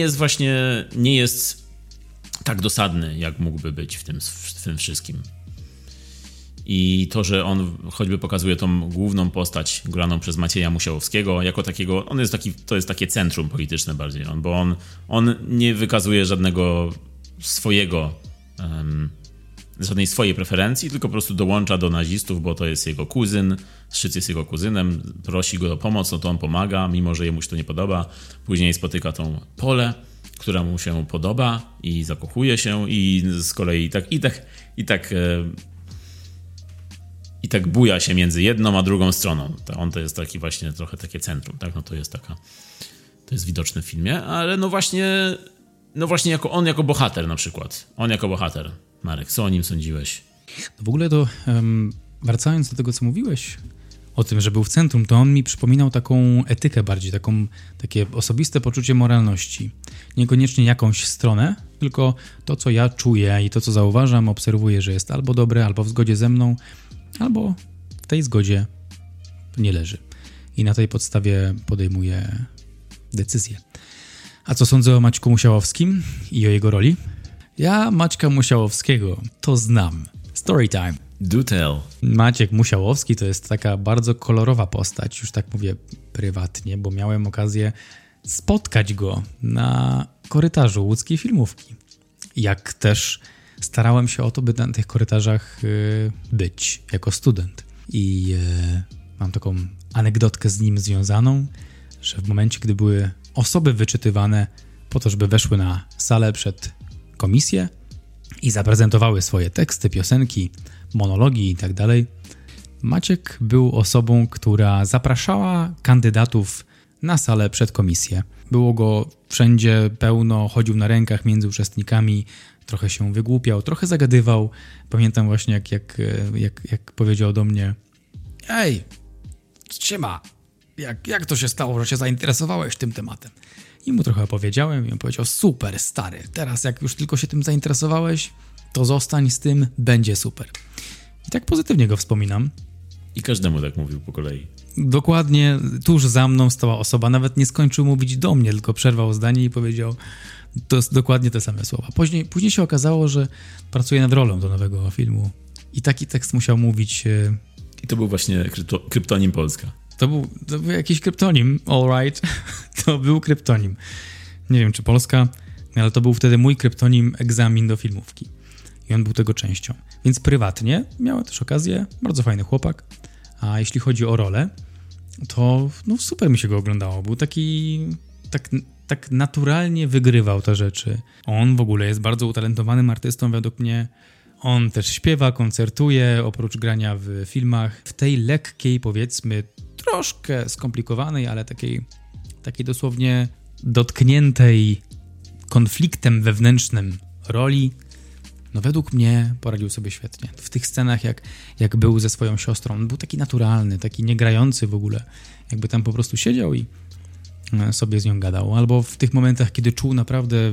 S3: jest tak dosadny, jak mógłby być w tym wszystkim. I to, że on choćby pokazuje tą główną postać graną przez Macieja Musiałowskiego jako takiego, to jest takie centrum polityczne bardziej, bo on nie wykazuje żadnej swojej preferencji, tylko po prostu dołącza do nazistów, bo to jest jego kuzyn, Szczyc jest jego kuzynem, prosi go o pomoc, no to on pomaga, mimo że jemu się to nie podoba. Później spotyka tą Polę, która mu się podoba i zakochuje się i z kolei i tak buja się między jedną a drugą stroną. On to jest taki właśnie trochę takie centrum, tak? No to jest widoczne w filmie, ale no właśnie jako bohater na przykład. On jako bohater. Marek, co o nim sądziłeś?
S1: No w ogóle to wracając do tego, co mówiłeś o tym, że był w centrum, to on mi przypominał taką etykę bardziej, takie osobiste poczucie moralności. Niekoniecznie jakąś stronę, tylko to, co ja czuję i to, co zauważam, obserwuję, że jest albo dobre, albo w zgodzie ze mną, albo w tej zgodzie nie leży. I na tej podstawie podejmuję decyzję. A co sądzę o Maćku Musiałowskim i o jego roli? Ja Maćka Musiałowskiego to znam. Story time.
S3: Do tell.
S1: Maciek Musiałowski to jest taka bardzo kolorowa postać, już tak mówię prywatnie, bo miałem okazję spotkać go na korytarzu łódzkiej filmówki. Jak też starałem się o to, by na tych korytarzach być jako student. I mam taką anegdotkę z nim związaną, że w momencie, gdy były osoby wyczytywane po to, żeby weszły na salę przed komisję i zaprezentowały swoje teksty, piosenki, monologi i tak dalej, Maciek był osobą, która zapraszała kandydatów na salę przed komisję. Było go wszędzie pełno, chodził na rękach między uczestnikami, trochę się wygłupiał, trochę zagadywał. Pamiętam właśnie, jak powiedział do mnie: ej, siema, jak to się stało, że się zainteresowałeś tym tematem? I mu trochę opowiedziałem i on powiedział: super, stary, teraz jak już tylko się tym zainteresowałeś, to zostań z tym, będzie super. I tak pozytywnie go wspominam.
S3: I każdemu tak mówił po kolei.
S1: dokładnie tuż za mną stała osoba, nawet nie skończył mówić do mnie, tylko przerwał zdanie i powiedział to jest dokładnie te same słowa. Później się okazało, że pracuje nad rolą do nowego filmu i taki tekst musiał mówić.
S3: I to był właśnie kryptonim Polska.
S1: To był jakiś kryptonim, all right. To był kryptonim. Nie wiem, czy Polska, ale to był wtedy mój kryptonim egzamin do filmówki. I on był tego częścią. Więc prywatnie miałem też okazję, bardzo fajny chłopak. A jeśli chodzi o rolę, to no super mi się go oglądało. Był taki, tak naturalnie wygrywał te rzeczy. On w ogóle jest bardzo utalentowanym artystą według mnie. On też śpiewa, koncertuje, oprócz grania w filmach. W tej lekkiej, powiedzmy, troszkę skomplikowanej, ale takiej dosłownie dotkniętej konfliktem wewnętrznym roli, no według mnie poradził sobie świetnie. W tych scenach, jak był ze swoją siostrą, on był taki naturalny, taki niegrający w ogóle. Jakby tam po prostu siedział i sobie z nią gadał. Albo w tych momentach, kiedy czuł naprawdę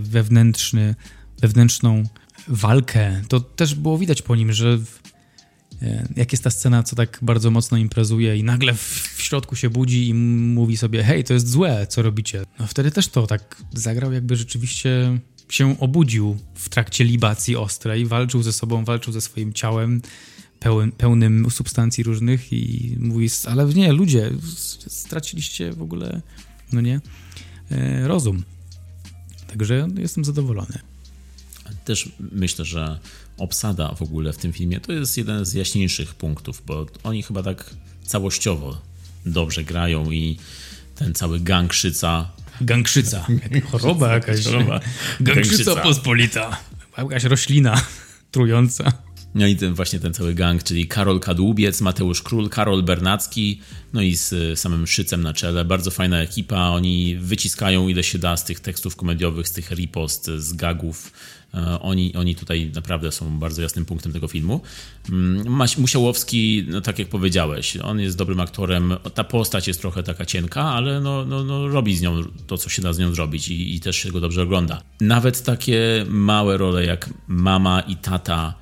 S1: wewnętrzną walkę, to też było widać po nim, że jak jest ta scena, co tak bardzo mocno imprezuje i nagle w środku się budzi i mówi sobie, hej, to jest złe, co robicie. No wtedy też to tak zagrał, jakby rzeczywiście się obudził w trakcie libacji ostrej, walczył ze sobą, walczył ze swoim ciałem pełnym substancji różnych i mówi, ale nie, ludzie, straciliście w ogóle, no nie, rozum. Także jestem zadowolony.
S3: Też myślę, że obsada w ogóle w tym filmie to jest jeden z jaśniejszych punktów, bo oni chyba tak całościowo dobrze grają i ten cały gang Szyca.
S1: Gangrzyca. Choroba jakaś. Gangrzyca pospolita. Jakaś roślina trująca.
S3: No i ten cały gang, czyli Karol Kadłubiec, Mateusz Król, Karol Bernacki, no i z samym Szycem na czele. Bardzo fajna ekipa. Oni wyciskają ile się da z tych tekstów komediowych, z tych ripost, z gagów. Oni tutaj naprawdę są bardzo jasnym punktem tego filmu. Musiałowski, no tak jak powiedziałeś, on jest dobrym aktorem. Ta postać jest trochę taka cienka, ale no robi z nią to, co się da z nią zrobić i też się go dobrze ogląda. Nawet takie małe role jak mama i tata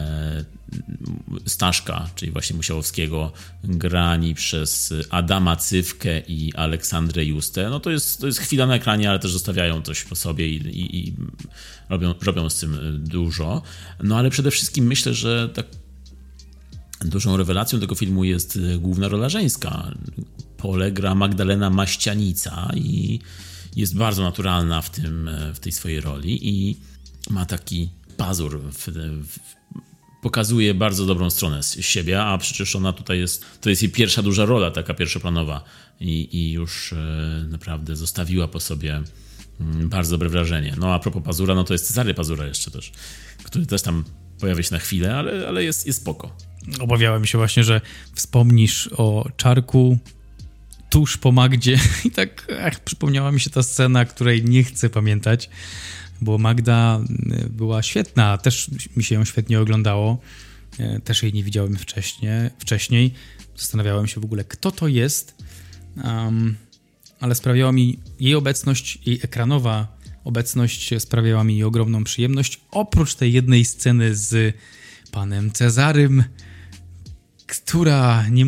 S3: Staszka, czyli właśnie Musiałowskiego, grani przez Adama Cywkę i Aleksandrę Justę, no to jest chwila na ekranie, ale też zostawiają coś po sobie i robią z tym dużo. No ale przede wszystkim myślę, że tak dużą rewelacją tego filmu jest główna rola żeńska. Pole gra Magdalena Maścianica i jest bardzo naturalna w tej swojej roli i ma taki pazur pokazuje bardzo dobrą stronę z siebie, a przecież ona tutaj to jest jej pierwsza duża rola, taka pierwszoplanowa i już naprawdę zostawiła po sobie bardzo dobre wrażenie. No a propos Pazura, no to jest Cezary Pazura jeszcze też, który też tam pojawia się na chwilę, ale jest spoko.
S1: Obawiałem się właśnie, że wspomnisz o Czarku tuż po Magdzie i tak przypomniała mi się ta scena, której nie chcę pamiętać, bo Magda była świetna, też mi się ją świetnie oglądało, też jej nie widziałem wcześniej. Zastanawiałem się w ogóle, kto to jest, ale sprawiała mi jej obecność, jej ekranowa obecność sprawiała mi ogromną przyjemność, oprócz tej jednej sceny z panem Cezarym, która nie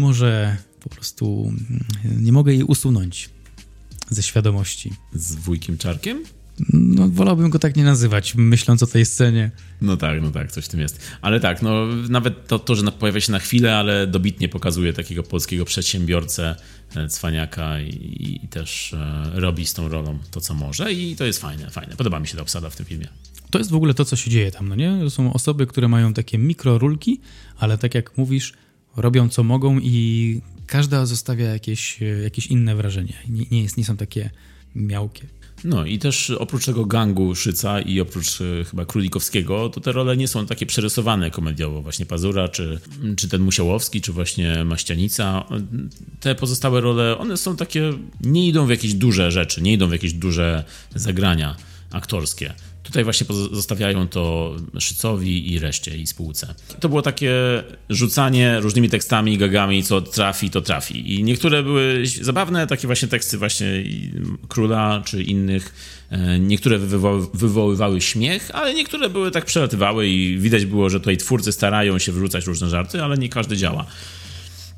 S1: mogę jej usunąć ze świadomości.
S3: Z wujkiem Czarkiem?
S1: No, wolałbym go tak nie nazywać, myśląc o tej scenie.
S3: No tak, coś w tym jest. Ale tak, no nawet to, że pojawia się na chwilę, ale dobitnie pokazuje takiego polskiego przedsiębiorcę, cwaniaka i też robi z tą rolą to, co może i to jest fajne. Podoba mi się ta obsada w tym filmie.
S1: To jest w ogóle to, co się dzieje tam, no nie? To są osoby, które mają takie mikrorulki, ale tak jak mówisz, robią co mogą i każda zostawia jakieś inne wrażenie. Nie są takie miałkie.
S3: No i też oprócz tego gangu Szyca i oprócz chyba Królikowskiego, to te role nie są takie przerysowane komediowo. Właśnie Pazura, czy ten Musiałowski, czy właśnie Maścianica. Te pozostałe role, one są takie, nie idą w jakieś duże rzeczy, nie idą w jakieś duże zagrania aktorskie. Tutaj właśnie zostawiają to Szycowi i reszcie i spółce. To było takie rzucanie różnymi tekstami, gagami, co trafi, to trafi. I niektóre były zabawne, takie właśnie teksty właśnie Króla czy innych. Niektóre wywoływały śmiech, ale niektóre były tak przelatywały i widać było, że tutaj twórcy starają się wyrzucać różne żarty, ale nie każdy działa.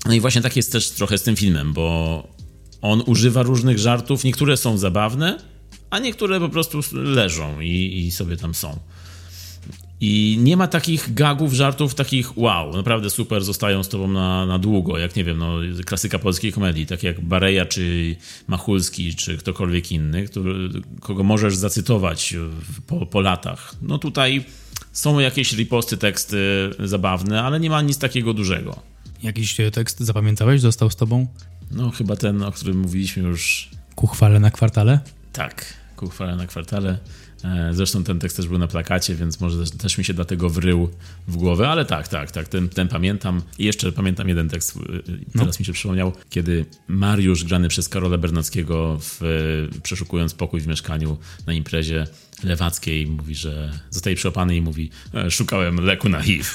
S3: No i właśnie tak jest też trochę z tym filmem, bo on używa różnych żartów, niektóre są zabawne, a niektóre po prostu leżą i sobie tam są. I nie ma takich gagów, żartów, takich wow, naprawdę super, zostają z tobą na długo, jak nie wiem, no, klasyka polskiej komedii, tak jak Bareja, czy Machulski, czy ktokolwiek inny, kogo możesz zacytować po latach. No tutaj są jakieś riposty, teksty zabawne, ale nie ma nic takiego dużego.
S1: Jakiś tekst zapamiętałeś, został z tobą?
S3: No chyba ten, o którym mówiliśmy już.
S1: Ku chwale na kwartale?
S3: Tak, ku chwale na kwartale. Zresztą ten tekst też był na plakacie, więc może też mi się dlatego wrył w głowę, ale tak, ten pamiętam. I jeszcze pamiętam jeden tekst, teraz mi się przypomniał, kiedy Mariusz, grany przez Karola Bernackiego, przeszukując pokój w mieszkaniu na imprezie lewackiej, mówi, że zostaje przyłapany i mówi: szukałem leku na HIV.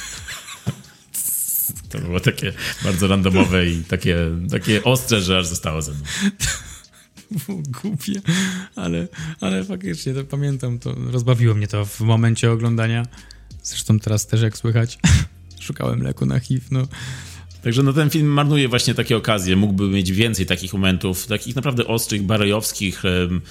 S3: To było takie bardzo randomowe i takie ostre, że aż zostało ze mną.
S1: Głupie, ale faktycznie to pamiętam, to rozbawiło mnie to w momencie oglądania. Zresztą teraz też, jak słychać, szukałem leku na HIV, no.
S3: Także no, ten film marnuje właśnie takie okazje. Mógłby mieć więcej takich momentów, takich naprawdę ostrych, barejowskich.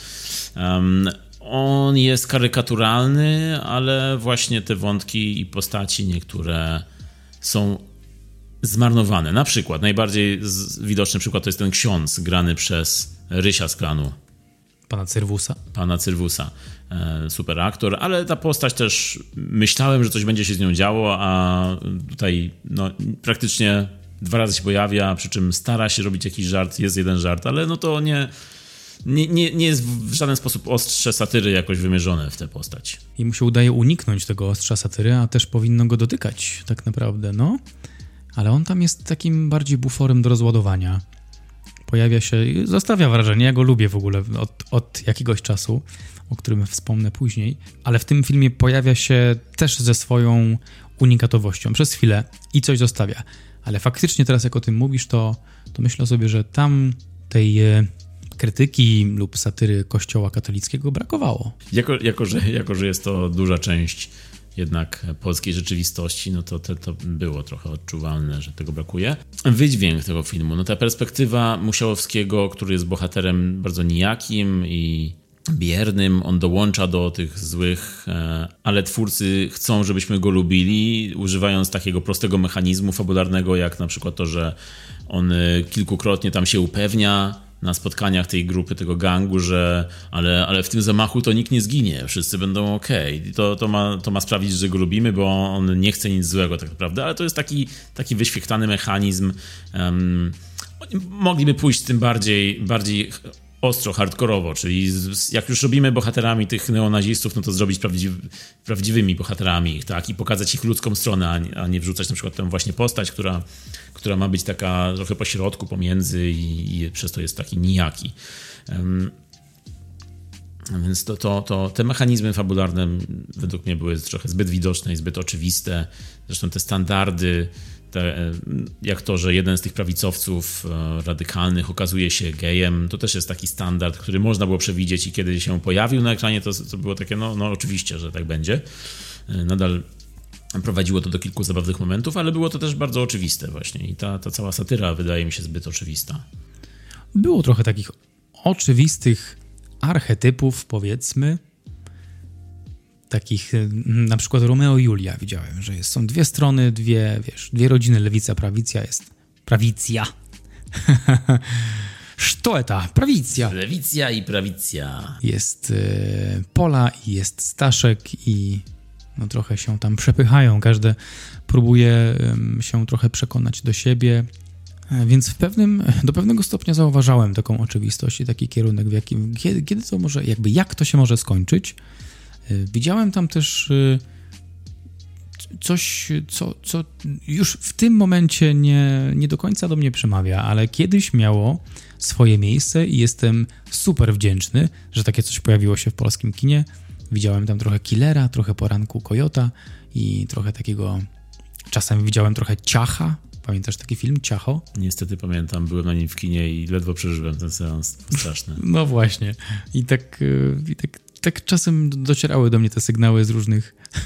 S3: On jest karykaturalny, ale właśnie te wątki i postaci niektóre są zmarnowane. Na przykład, najbardziej widoczny przykład to jest ten ksiądz grany przez Rysia z klanu. Pana Cyrwusa. Super aktor, ale ta postać też myślałem, że coś będzie się z nią działo, a tutaj no, praktycznie 2 razy się pojawia, przy czym stara się robić jakiś żart, jest jeden żart, ale no to nie jest w żaden sposób ostrze satyry jakoś wymierzone w tę postać.
S1: I mu się udaje uniknąć tego ostrza satyry, a też powinno go dotykać tak naprawdę, no. Ale on tam jest takim bardziej buforem do rozładowania. Pojawia się i zostawia wrażenie, ja go lubię w ogóle od jakiegoś czasu, o którym wspomnę później, ale w tym filmie pojawia się też ze swoją unikatowością przez chwilę i coś zostawia. Ale faktycznie teraz jak o tym mówisz, to myślę sobie, że tam tej krytyki lub satyry Kościoła katolickiego brakowało.
S3: Jako że jest to duża część jednak polskiej rzeczywistości, no to było trochę odczuwalne, że tego brakuje. Wydźwięk tego filmu, no ta perspektywa Musiałowskiego, który jest bohaterem bardzo nijakim i biernym, on dołącza do tych złych, ale twórcy chcą, żebyśmy go lubili, używając takiego prostego mechanizmu fabularnego, jak na przykład to, że on kilkukrotnie tam się upewnia na spotkaniach tej grupy, tego gangu, że ale w tym zamachu to nikt nie zginie, wszyscy będą okej. To ma sprawić, że go lubimy, bo on nie chce nic złego tak naprawdę, ale to jest taki wyświechtany mechanizm. Mogliby pójść z tym bardziej ostro, hardkorowo, czyli jak już robimy bohaterami tych neonazistów, no to zrobić prawdziwymi bohaterami ich, tak? I pokazać ich ludzką stronę, a nie wrzucać na przykład tę właśnie postać, która ma być taka trochę pośrodku, pomiędzy i przez to jest taki nijaki. Więc te mechanizmy fabularne według mnie były trochę zbyt widoczne i zbyt oczywiste. Zresztą te standardy, jak to, że jeden z tych prawicowców radykalnych okazuje się gejem, to też jest taki standard, który można było przewidzieć i kiedy się pojawił na ekranie, to było takie, no oczywiście, że tak będzie. Nadal prowadziło to do kilku zabawnych momentów, ale było to też bardzo oczywiste właśnie i ta cała satyra wydaje mi się zbyt oczywista.
S1: Było trochę takich oczywistych archetypów, powiedzmy, takich, na przykład Romeo i Julia widziałem, że są 2 strony, dwie rodziny, lewica, prawicja jest. Prawicja. Что это? Prawicja.
S3: Lewicja i prawicja.
S1: Jest Pola i jest Staszek i no trochę się tam przepychają. Każdy próbuje się trochę przekonać do siebie. Więc do pewnego stopnia zauważałem taką oczywistość i taki kierunek, w jakim, kiedy to może, jakby jak to się może skończyć. Widziałem tam też coś, co już w tym momencie nie do końca do mnie przemawia, ale kiedyś miało swoje miejsce i jestem super wdzięczny, że takie coś pojawiło się w polskim kinie. Widziałem tam trochę Killera, trochę Poranku Kojota i trochę takiego, czasem widziałem trochę Ciacha. Pamiętasz taki film, Ciacho?
S3: Niestety pamiętam, byłem na nim w kinie i ledwo przeżyłem ten seans. Straszne.
S1: No właśnie. I tak czasem docierały do mnie te sygnały z różnych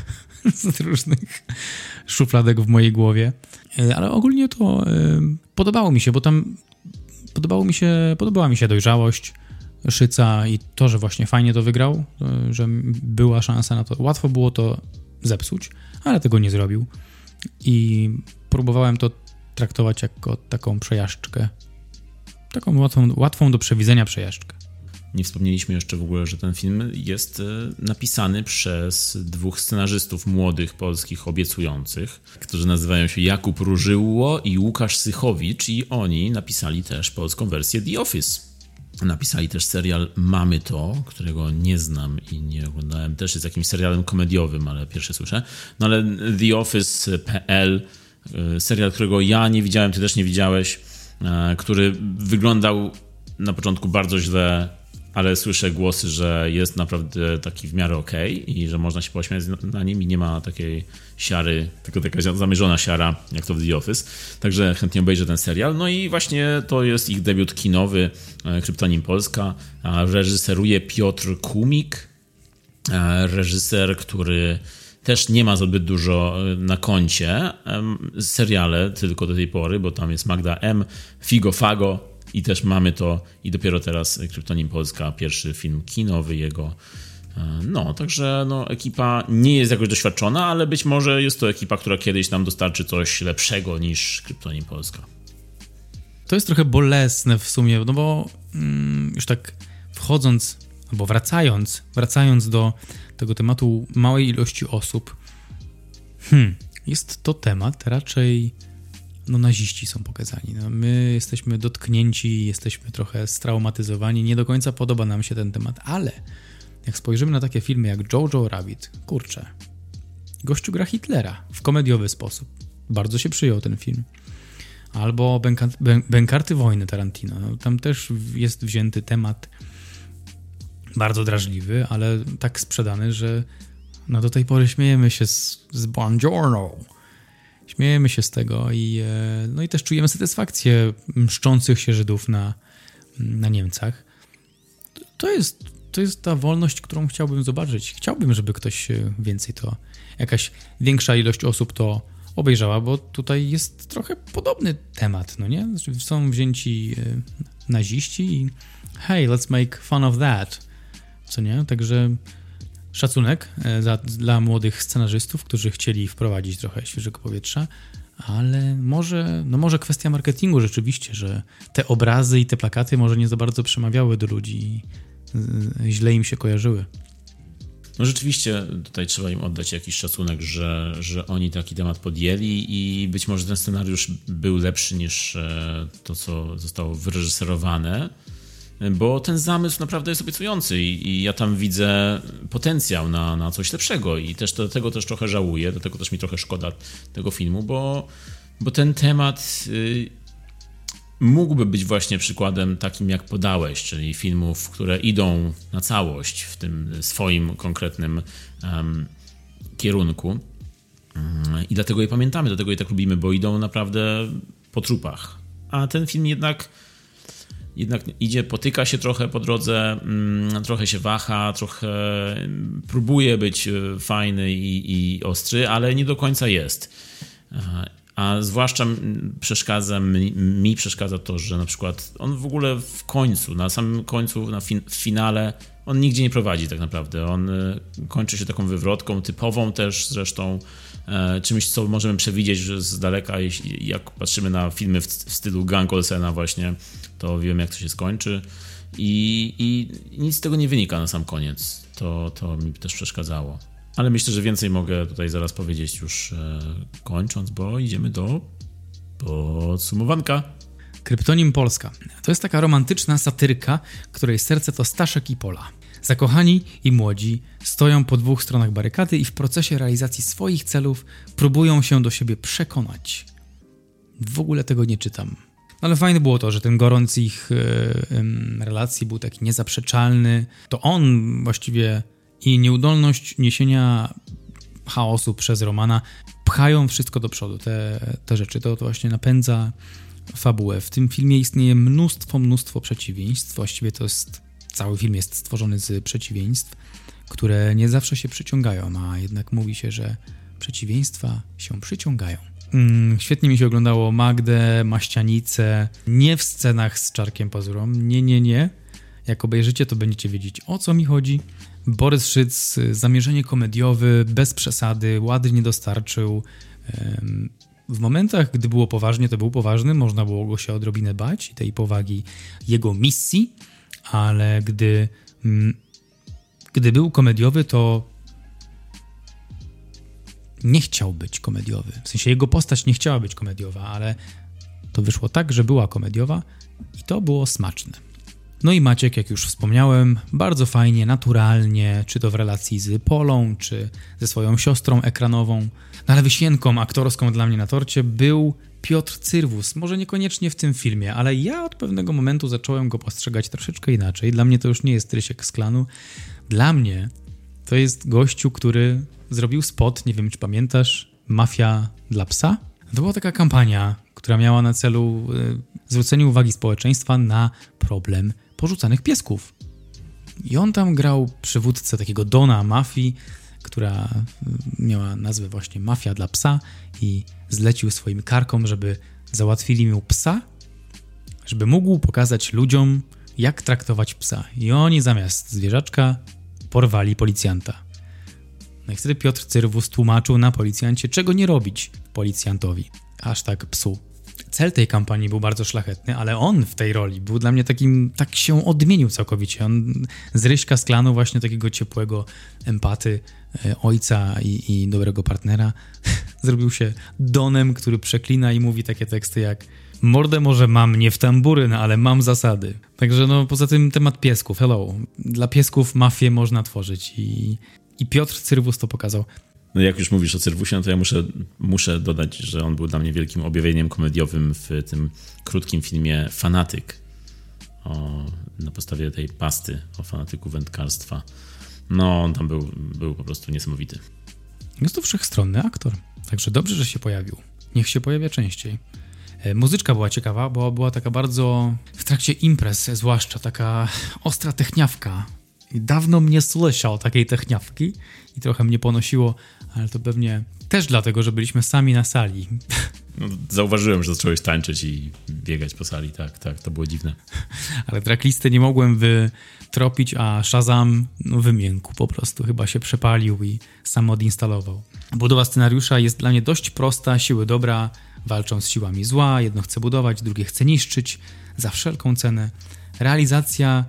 S1: z różnych szufladek w mojej głowie. Ale ogólnie to podobało mi się, bo tam podobała mi się dojrzałość Szyca i to, że właśnie fajnie to wygrał, że była szansa na to. Łatwo było to zepsuć, ale tego nie zrobił. I próbowałem to traktować jako taką przejażdżkę. Taką łatwą do przewidzenia przejażdżkę.
S3: Nie wspomnieliśmy jeszcze w ogóle, że ten film jest napisany przez 2 scenarzystów młodych, polskich, obiecujących, którzy nazywają się Jakub Różyło i Łukasz Sychowicz i oni napisali też polską wersję The Office. Napisali też serial Mamy to, którego nie znam i nie oglądałem. Też jest jakimś serialem komediowym, ale pierwsze słyszę. No ale The Office.pl, serial, którego ja nie widziałem, ty też nie widziałeś, który wyglądał na początku bardzo źle, ale słyszę głosy, że jest naprawdę taki w miarę okej i że można się pośmiać na nim i nie ma takiej siary, tylko taka zamierzona siara, jak to w The Office. Także chętnie obejrzę ten serial. No i właśnie to jest ich debiut kinowy, Kryptonim Polska. Reżyseruje Piotr Kumik, reżyser, który też nie ma zbyt dużo na koncie. Seriale tylko do tej pory, bo tam jest Magda M, Figo Fago, i też Mamy to i dopiero teraz Kryptonim Polska, pierwszy film kinowy jego. No, także ekipa nie jest jakoś doświadczona, ale być może jest to ekipa, która kiedyś nam dostarczy coś lepszego niż Kryptonim Polska.
S1: To jest trochę bolesne w sumie, no bo już tak wchodząc, albo wracając do tego tematu małej ilości osób, jest to temat raczej... naziści są pokazani. My jesteśmy dotknięci, jesteśmy trochę straumatyzowani, nie do końca podoba nam się ten temat, ale jak spojrzymy na takie filmy jak Jojo Rabbit, kurczę, gościu gra Hitlera w komediowy sposób. Bardzo się przyjął ten film. Albo Bękarty wojny Tarantino. Tam też jest wzięty temat bardzo drażliwy, ale tak sprzedany, że do tej pory śmiejemy się z Buongiorno. Śmiejemy się z tego i też czujemy satysfakcję mszczących się Żydów na Niemcach. To jest ta wolność, którą chciałbym zobaczyć. Chciałbym, żeby ktoś więcej jakaś większa ilość osób to obejrzała, bo tutaj jest trochę podobny temat, no nie? Są wzięci naziści i hey, let's make fun of that. Co nie? Także szacunek dla młodych scenarzystów, którzy chcieli wprowadzić trochę świeżego powietrza, ale może kwestia marketingu rzeczywiście, że te obrazy i te plakaty może nie za bardzo przemawiały do ludzi i źle im się kojarzyły.
S3: No rzeczywiście tutaj trzeba im oddać jakiś szacunek, że oni taki temat podjęli i być może ten scenariusz był lepszy niż to, co zostało wyreżyserowane, bo ten zamysł naprawdę jest obiecujący i ja tam widzę potencjał na coś lepszego i też tego też trochę żałuję, dlatego też mi trochę szkoda tego filmu, bo ten temat mógłby być właśnie przykładem takim, jak podałeś, czyli filmów, które idą na całość w tym swoim konkretnym kierunku i dlatego je pamiętamy, dlatego je tak lubimy, bo idą naprawdę po trupach, a ten film jednak idzie, potyka się trochę po drodze, trochę się waha, trochę próbuje być fajny i ostry, ale nie do końca jest. A zwłaszcza mi przeszkadza to, że na przykład on w ogóle w końcu, na samym końcu, w finale, on nigdzie nie prowadzi tak naprawdę. On kończy się taką wywrotką, typową też zresztą, czymś, co możemy przewidzieć z daleka, jak patrzymy na filmy w stylu Gang Olsena właśnie, to wiemy, jak to się skończy i nic z tego nie wynika na sam koniec. To mi też przeszkadzało. Ale myślę, że więcej mogę tutaj zaraz powiedzieć już kończąc, bo idziemy do podsumowanka.
S1: Kryptonim Polska. To jest taka romantyczna satyrka, której serce to Staszek i Pola. Zakochani i młodzi stoją po dwóch stronach barykady i w procesie realizacji swoich celów próbują się do siebie przekonać. W ogóle tego nie czytam. Ale fajne było to, że ten gorąc ich relacji był taki niezaprzeczalny. To on właściwie i nieudolność niesienia chaosu przez Romana pchają wszystko do przodu. Te rzeczy, to właśnie napędza fabułę. W tym filmie istnieje mnóstwo przeciwieństw. Właściwie cały film jest stworzony z przeciwieństw. które nie zawsze się przyciągają, a jednak mówi się, że przeciwieństwa się przyciągają. Świetnie mi się oglądało Magdę, Maścianicę, nie w scenach z Czarkiem Pazurą, nie. Jak obejrzycie, to będziecie wiedzieć, o co mi chodzi. Borys Szyc, zamierzenie komediowy, bez przesady, ładnie dostarczył. W momentach, gdy było poważnie, to był poważny, można było go się odrobinę bać i tej powagi jego misji, ale gdy był komediowy, to nie chciał być komediowy. W sensie jego postać nie chciała być komediowa, ale to wyszło tak, że była komediowa i to było smaczne. No i Maciek, jak już wspomniałem, bardzo fajnie, naturalnie, czy to w relacji z Polą, czy ze swoją siostrą ekranową. No ale wisienką aktorską dla mnie na torcie był Piotr Cyrwus. Może niekoniecznie w tym filmie, ale ja od pewnego momentu zacząłem go postrzegać troszeczkę inaczej. Dla mnie to już nie jest Rysiek z klanu. Dla mnie to jest gościu, który zrobił spot, nie wiem czy pamiętasz, Mafia dla psa. To była taka kampania, która miała na celu zwrócenie uwagi społeczeństwa na problem porzucanych piesków. I on tam grał przywódcę takiego dona mafii, która miała nazwę właśnie Mafia dla psa i zlecił swoim karkom, żeby załatwili mu psa, żeby mógł pokazać ludziom, jak traktować psa. I oni zamiast zwierzaczka porwali policjanta. No i wtedy Piotr Cyrwus tłumaczył na policjancie, czego nie robić policjantowi. Hashtag psu. Cel tej kampanii był bardzo szlachetny, ale on w tej roli był dla mnie takim, tak się odmienił całkowicie. On z Ryśka z klanu właśnie takiego ciepłego empaty, ojca i dobrego partnera zrobił się Donem, który przeklina i mówi takie teksty jak mordę może mam nie w tamburyn, ale mam zasady. Także no poza tym temat piesków, hello. Dla piesków mafię można tworzyć i Piotr Cyrwus to pokazał.
S3: No jak już mówisz o Cyrwusie, no to ja muszę dodać, że on był dla mnie wielkim objawieniem komediowym w tym krótkim filmie Fanatyk. Na podstawie tej pasty o fanatyku wędkarstwa. No, on tam był po prostu niesamowity.
S1: Jest to wszechstronny aktor, także dobrze, że się pojawił. Niech się pojawia częściej. Muzyczka była ciekawa, bo była taka bardzo, w trakcie imprez zwłaszcza, taka ostra techniawka. I dawno mnie słyszał takiej techniawki i trochę mnie ponosiło, ale to pewnie też dlatego, że byliśmy sami na sali.
S3: No, zauważyłem, że zacząłeś tańczyć i biegać po sali, tak, to było dziwne.
S1: Ale tracklisty nie mogłem wytropić, a Shazam wymiękł po prostu, chyba się przepalił i sam odinstalował. Budowa scenariusza jest dla mnie dość prosta, siły dobra walczą z siłami zła, jedno chce budować, drugie chce niszczyć, za wszelką cenę. Realizacja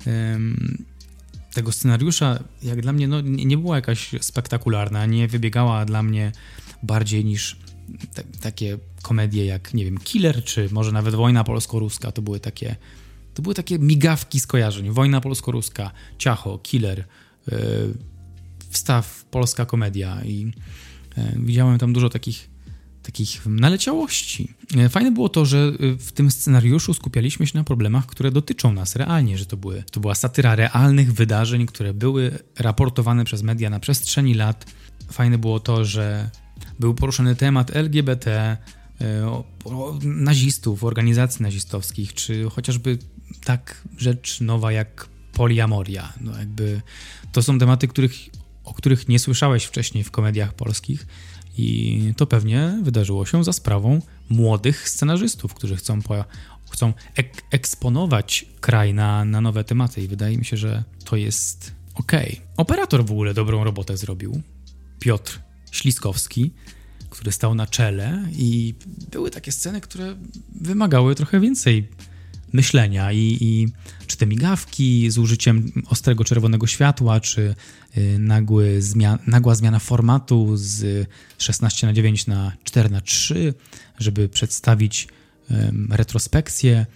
S1: tego scenariusza, jak dla mnie, nie była jakaś spektakularna, nie wybiegała dla mnie bardziej niż takie komedie jak, nie wiem, Killer, czy może nawet Wojna polsko-ruska. To były takie migawki skojarzeń. Wojna polsko-ruska, Ciacho, Killer, wstaw, polska komedia i widziałem tam dużo takich naleciałości. Fajne było to, że w tym scenariuszu skupialiśmy się na problemach, które dotyczą nas realnie, że to była satyra realnych wydarzeń, które były raportowane przez media na przestrzeni lat. Fajne było to, że był poruszony temat LGBT, nazistów, organizacji nazistowskich, czy chociażby tak rzecz nowa jak poliamoria. No jakby to są tematy, o których nie słyszałeś wcześniej w komediach polskich. I to pewnie wydarzyło się za sprawą młodych scenarzystów, którzy chcą eksponować kraj na nowe tematy i wydaje mi się, że to jest okej. Operator w ogóle dobrą robotę zrobił. Piotr Śliskowski, który stał na czele i były takie sceny, które wymagały trochę więcej myślenia i czy te migawki z użyciem ostrego czerwonego światła, czy nagła zmiana formatu z 16:9 na 4:3, żeby przedstawić retrospekcję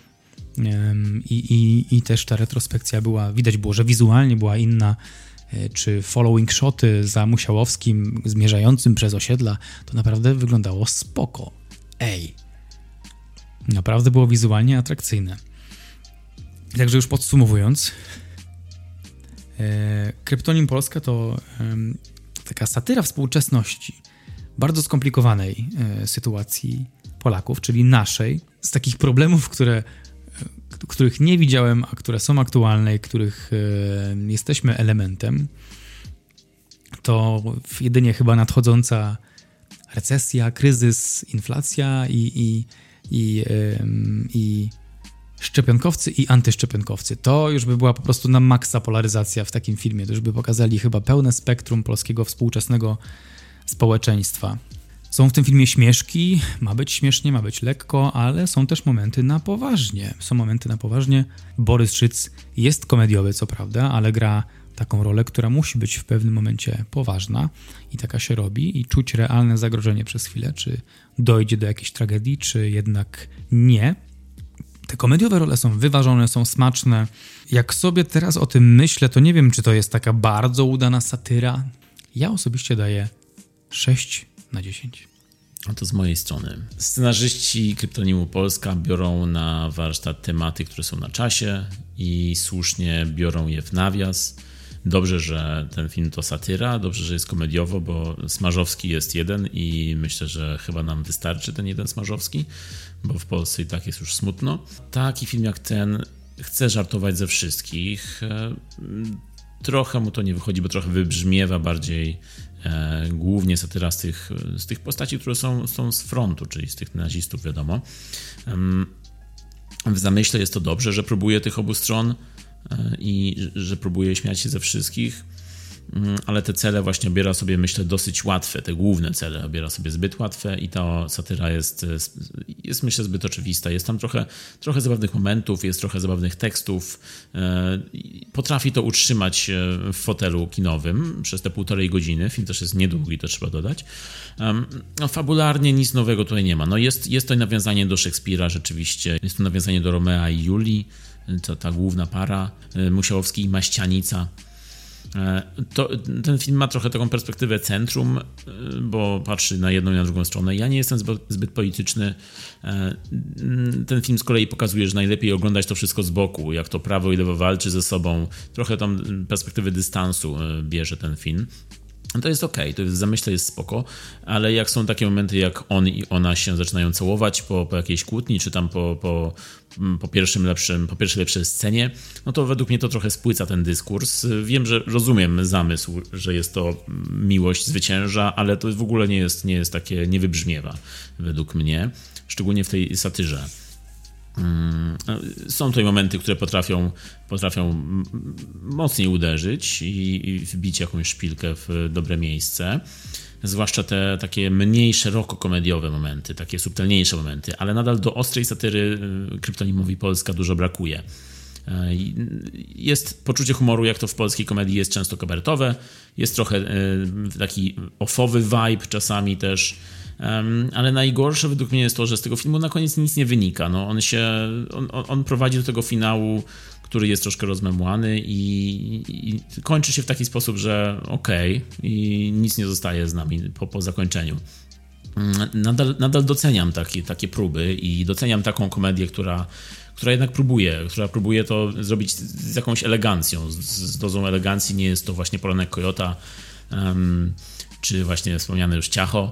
S1: i też ta retrospekcja widać było, że wizualnie była inna, czy following shoty za Musiałowskim zmierzającym przez osiedla, to naprawdę wyglądało spoko. Naprawdę było wizualnie atrakcyjne. Także już podsumowując, Kryptonim Polska to taka satyra współczesności, bardzo skomplikowanej sytuacji Polaków, czyli naszej, z takich problemów, których nie widziałem, a które są aktualne i których jesteśmy elementem. to jedynie chyba nadchodząca recesja, kryzys, inflacja i szczepionkowcy i antyszczepionkowcy. To już by była po prostu na maksa polaryzacja w takim filmie. To już by pokazali chyba pełne spektrum polskiego współczesnego społeczeństwa. Są w tym filmie śmieszki, ma być śmiesznie, ma być lekko, ale są też momenty na poważnie. Borys Szyc jest komediowy, co prawda, ale gra taką rolę, która musi być w pewnym momencie poważna i taka się robi i czuć realne zagrożenie przez chwilę, czy dojdzie do jakiejś tragedii, czy jednak nie. Te komediowe role są wyważone, są smaczne. Jak sobie teraz o tym myślę, to nie wiem, czy to jest taka bardzo udana satyra. Ja osobiście daję 6/10.
S3: A to z mojej strony. Scenarzyści Kryptonimu Polska biorą na warsztat tematy, które są na czasie i słusznie biorą je w nawias. Dobrze, że ten film to satyra, dobrze, że jest komediowo, bo Smarzowski jest jeden i myślę, że chyba nam wystarczy ten jeden Smarzowski, bo w Polsce i tak jest już smutno. Taki film jak ten chce żartować ze wszystkich. Trochę mu to nie wychodzi, bo trochę wybrzmiewa bardziej głównie satyra z tych postaci, które są z frontu, czyli z tych nazistów, wiadomo. W zamyśle jest to dobrze, że próbuje tych obu stron i że próbuje śmiać się ze wszystkich, ale te cele właśnie obiera sobie, myślę, dosyć łatwe, te główne cele obiera sobie zbyt łatwe i ta satyra jest myślę, zbyt oczywista. Jest tam trochę zabawnych momentów, jest trochę zabawnych tekstów. Potrafi to utrzymać w fotelu kinowym przez te 1,5 godziny. Film też jest niedługi, to trzeba dodać. Fabularnie nic nowego tutaj nie ma. No jest to nawiązanie do Szekspira rzeczywiście. Jest to nawiązanie do Romea i Julii. Ta główna para, Musiałowski i Maścianica. Ten film ma trochę taką perspektywę centrum, bo patrzy na jedną i na drugą stronę. Ja nie jestem zbyt polityczny. Ten film z kolei pokazuje, że najlepiej oglądać to wszystko z boku, jak to prawo i lewo walczy ze sobą. Trochę tam perspektywy dystansu bierze ten film. To jest okej, to w zamyśle jest spoko, ale jak są takie momenty, jak on i ona się zaczynają całować po jakiejś kłótni, czy tam po pierwszej lepszej scenie, no to według mnie to trochę spłyca ten dyskurs. Wiem, że rozumiem zamysł, że jest to miłość zwycięża, ale to w ogóle nie jest takie, nie wybrzmiewa według mnie, szczególnie w tej satyrze. Są tutaj momenty, które potrafią mocniej uderzyć i wbić jakąś szpilkę w dobre miejsce. Zwłaszcza te takie mniej szeroko komediowe momenty, takie subtelniejsze momenty, ale nadal do ostrej satyry Kryptonimowi Polska dużo brakuje. Jest poczucie humoru, jak to w polskiej komedii jest często kabaretowe, jest trochę taki offowy vibe czasami też, ale najgorsze według mnie jest to, że z tego filmu na koniec nic nie wynika. No, on prowadzi do tego finału, który jest troszkę rozmemłany i kończy się w taki sposób, że okej, i nic nie zostaje z nami po zakończeniu. Nadal doceniam takie próby i doceniam taką komedię, która jednak próbuje to zrobić z jakąś elegancją, z dozą elegancji. Nie jest to właśnie Poranek Kojota, czy właśnie wspomniane już Ciacho.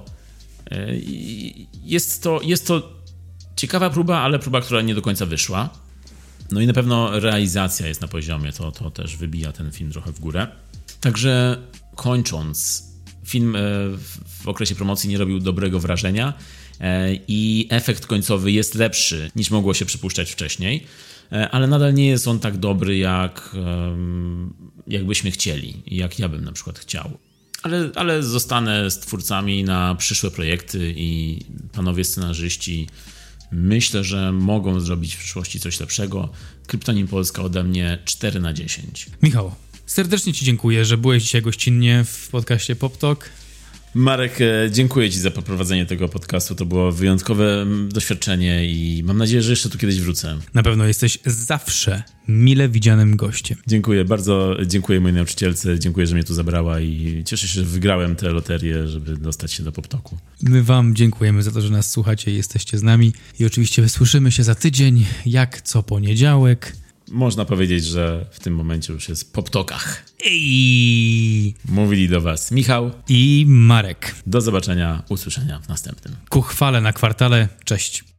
S3: Jest to ciekawa próba, ale próba, która nie do końca wyszła. No i na pewno realizacja jest na poziomie, to też wybija ten film trochę w górę. Także kończąc, film w okresie promocji nie robił dobrego wrażenia i efekt końcowy jest lepszy niż mogło się przypuszczać wcześniej, ale nadal nie jest on tak dobry, jak byśmy chcieli, jak ja bym na przykład chciał. Ale zostanę z twórcami na przyszłe projekty i panowie scenarzyści myślę, że mogą zrobić w przyszłości coś lepszego. Kryptonim Polska ode mnie 4/10.
S1: Michał, serdecznie Ci dziękuję, że byłeś dzisiaj gościnnie w podcaście Pop Talk.
S3: Marek, dziękuję Ci za poprowadzenie tego podcastu. To było wyjątkowe doświadczenie i mam nadzieję, że jeszcze tu kiedyś wrócę.
S1: Na pewno jesteś zawsze mile widzianym gościem.
S3: Dziękuję, bardzo dziękuję mojej nauczycielce, dziękuję, że mnie tu zabrała i cieszę się, że wygrałem tę loterię, żeby dostać się do PopTalku.
S1: My Wam dziękujemy za to, że nas słuchacie i jesteście z nami i oczywiście wysłyszymy się za tydzień, jak co poniedziałek.
S3: Można powiedzieć, że w tym momencie już jest po ptokach.
S1: Ej!
S3: Mówili do Was Michał
S1: i Marek.
S3: Do zobaczenia, usłyszenia w następnym.
S1: Ku chwale na kwartale. Cześć.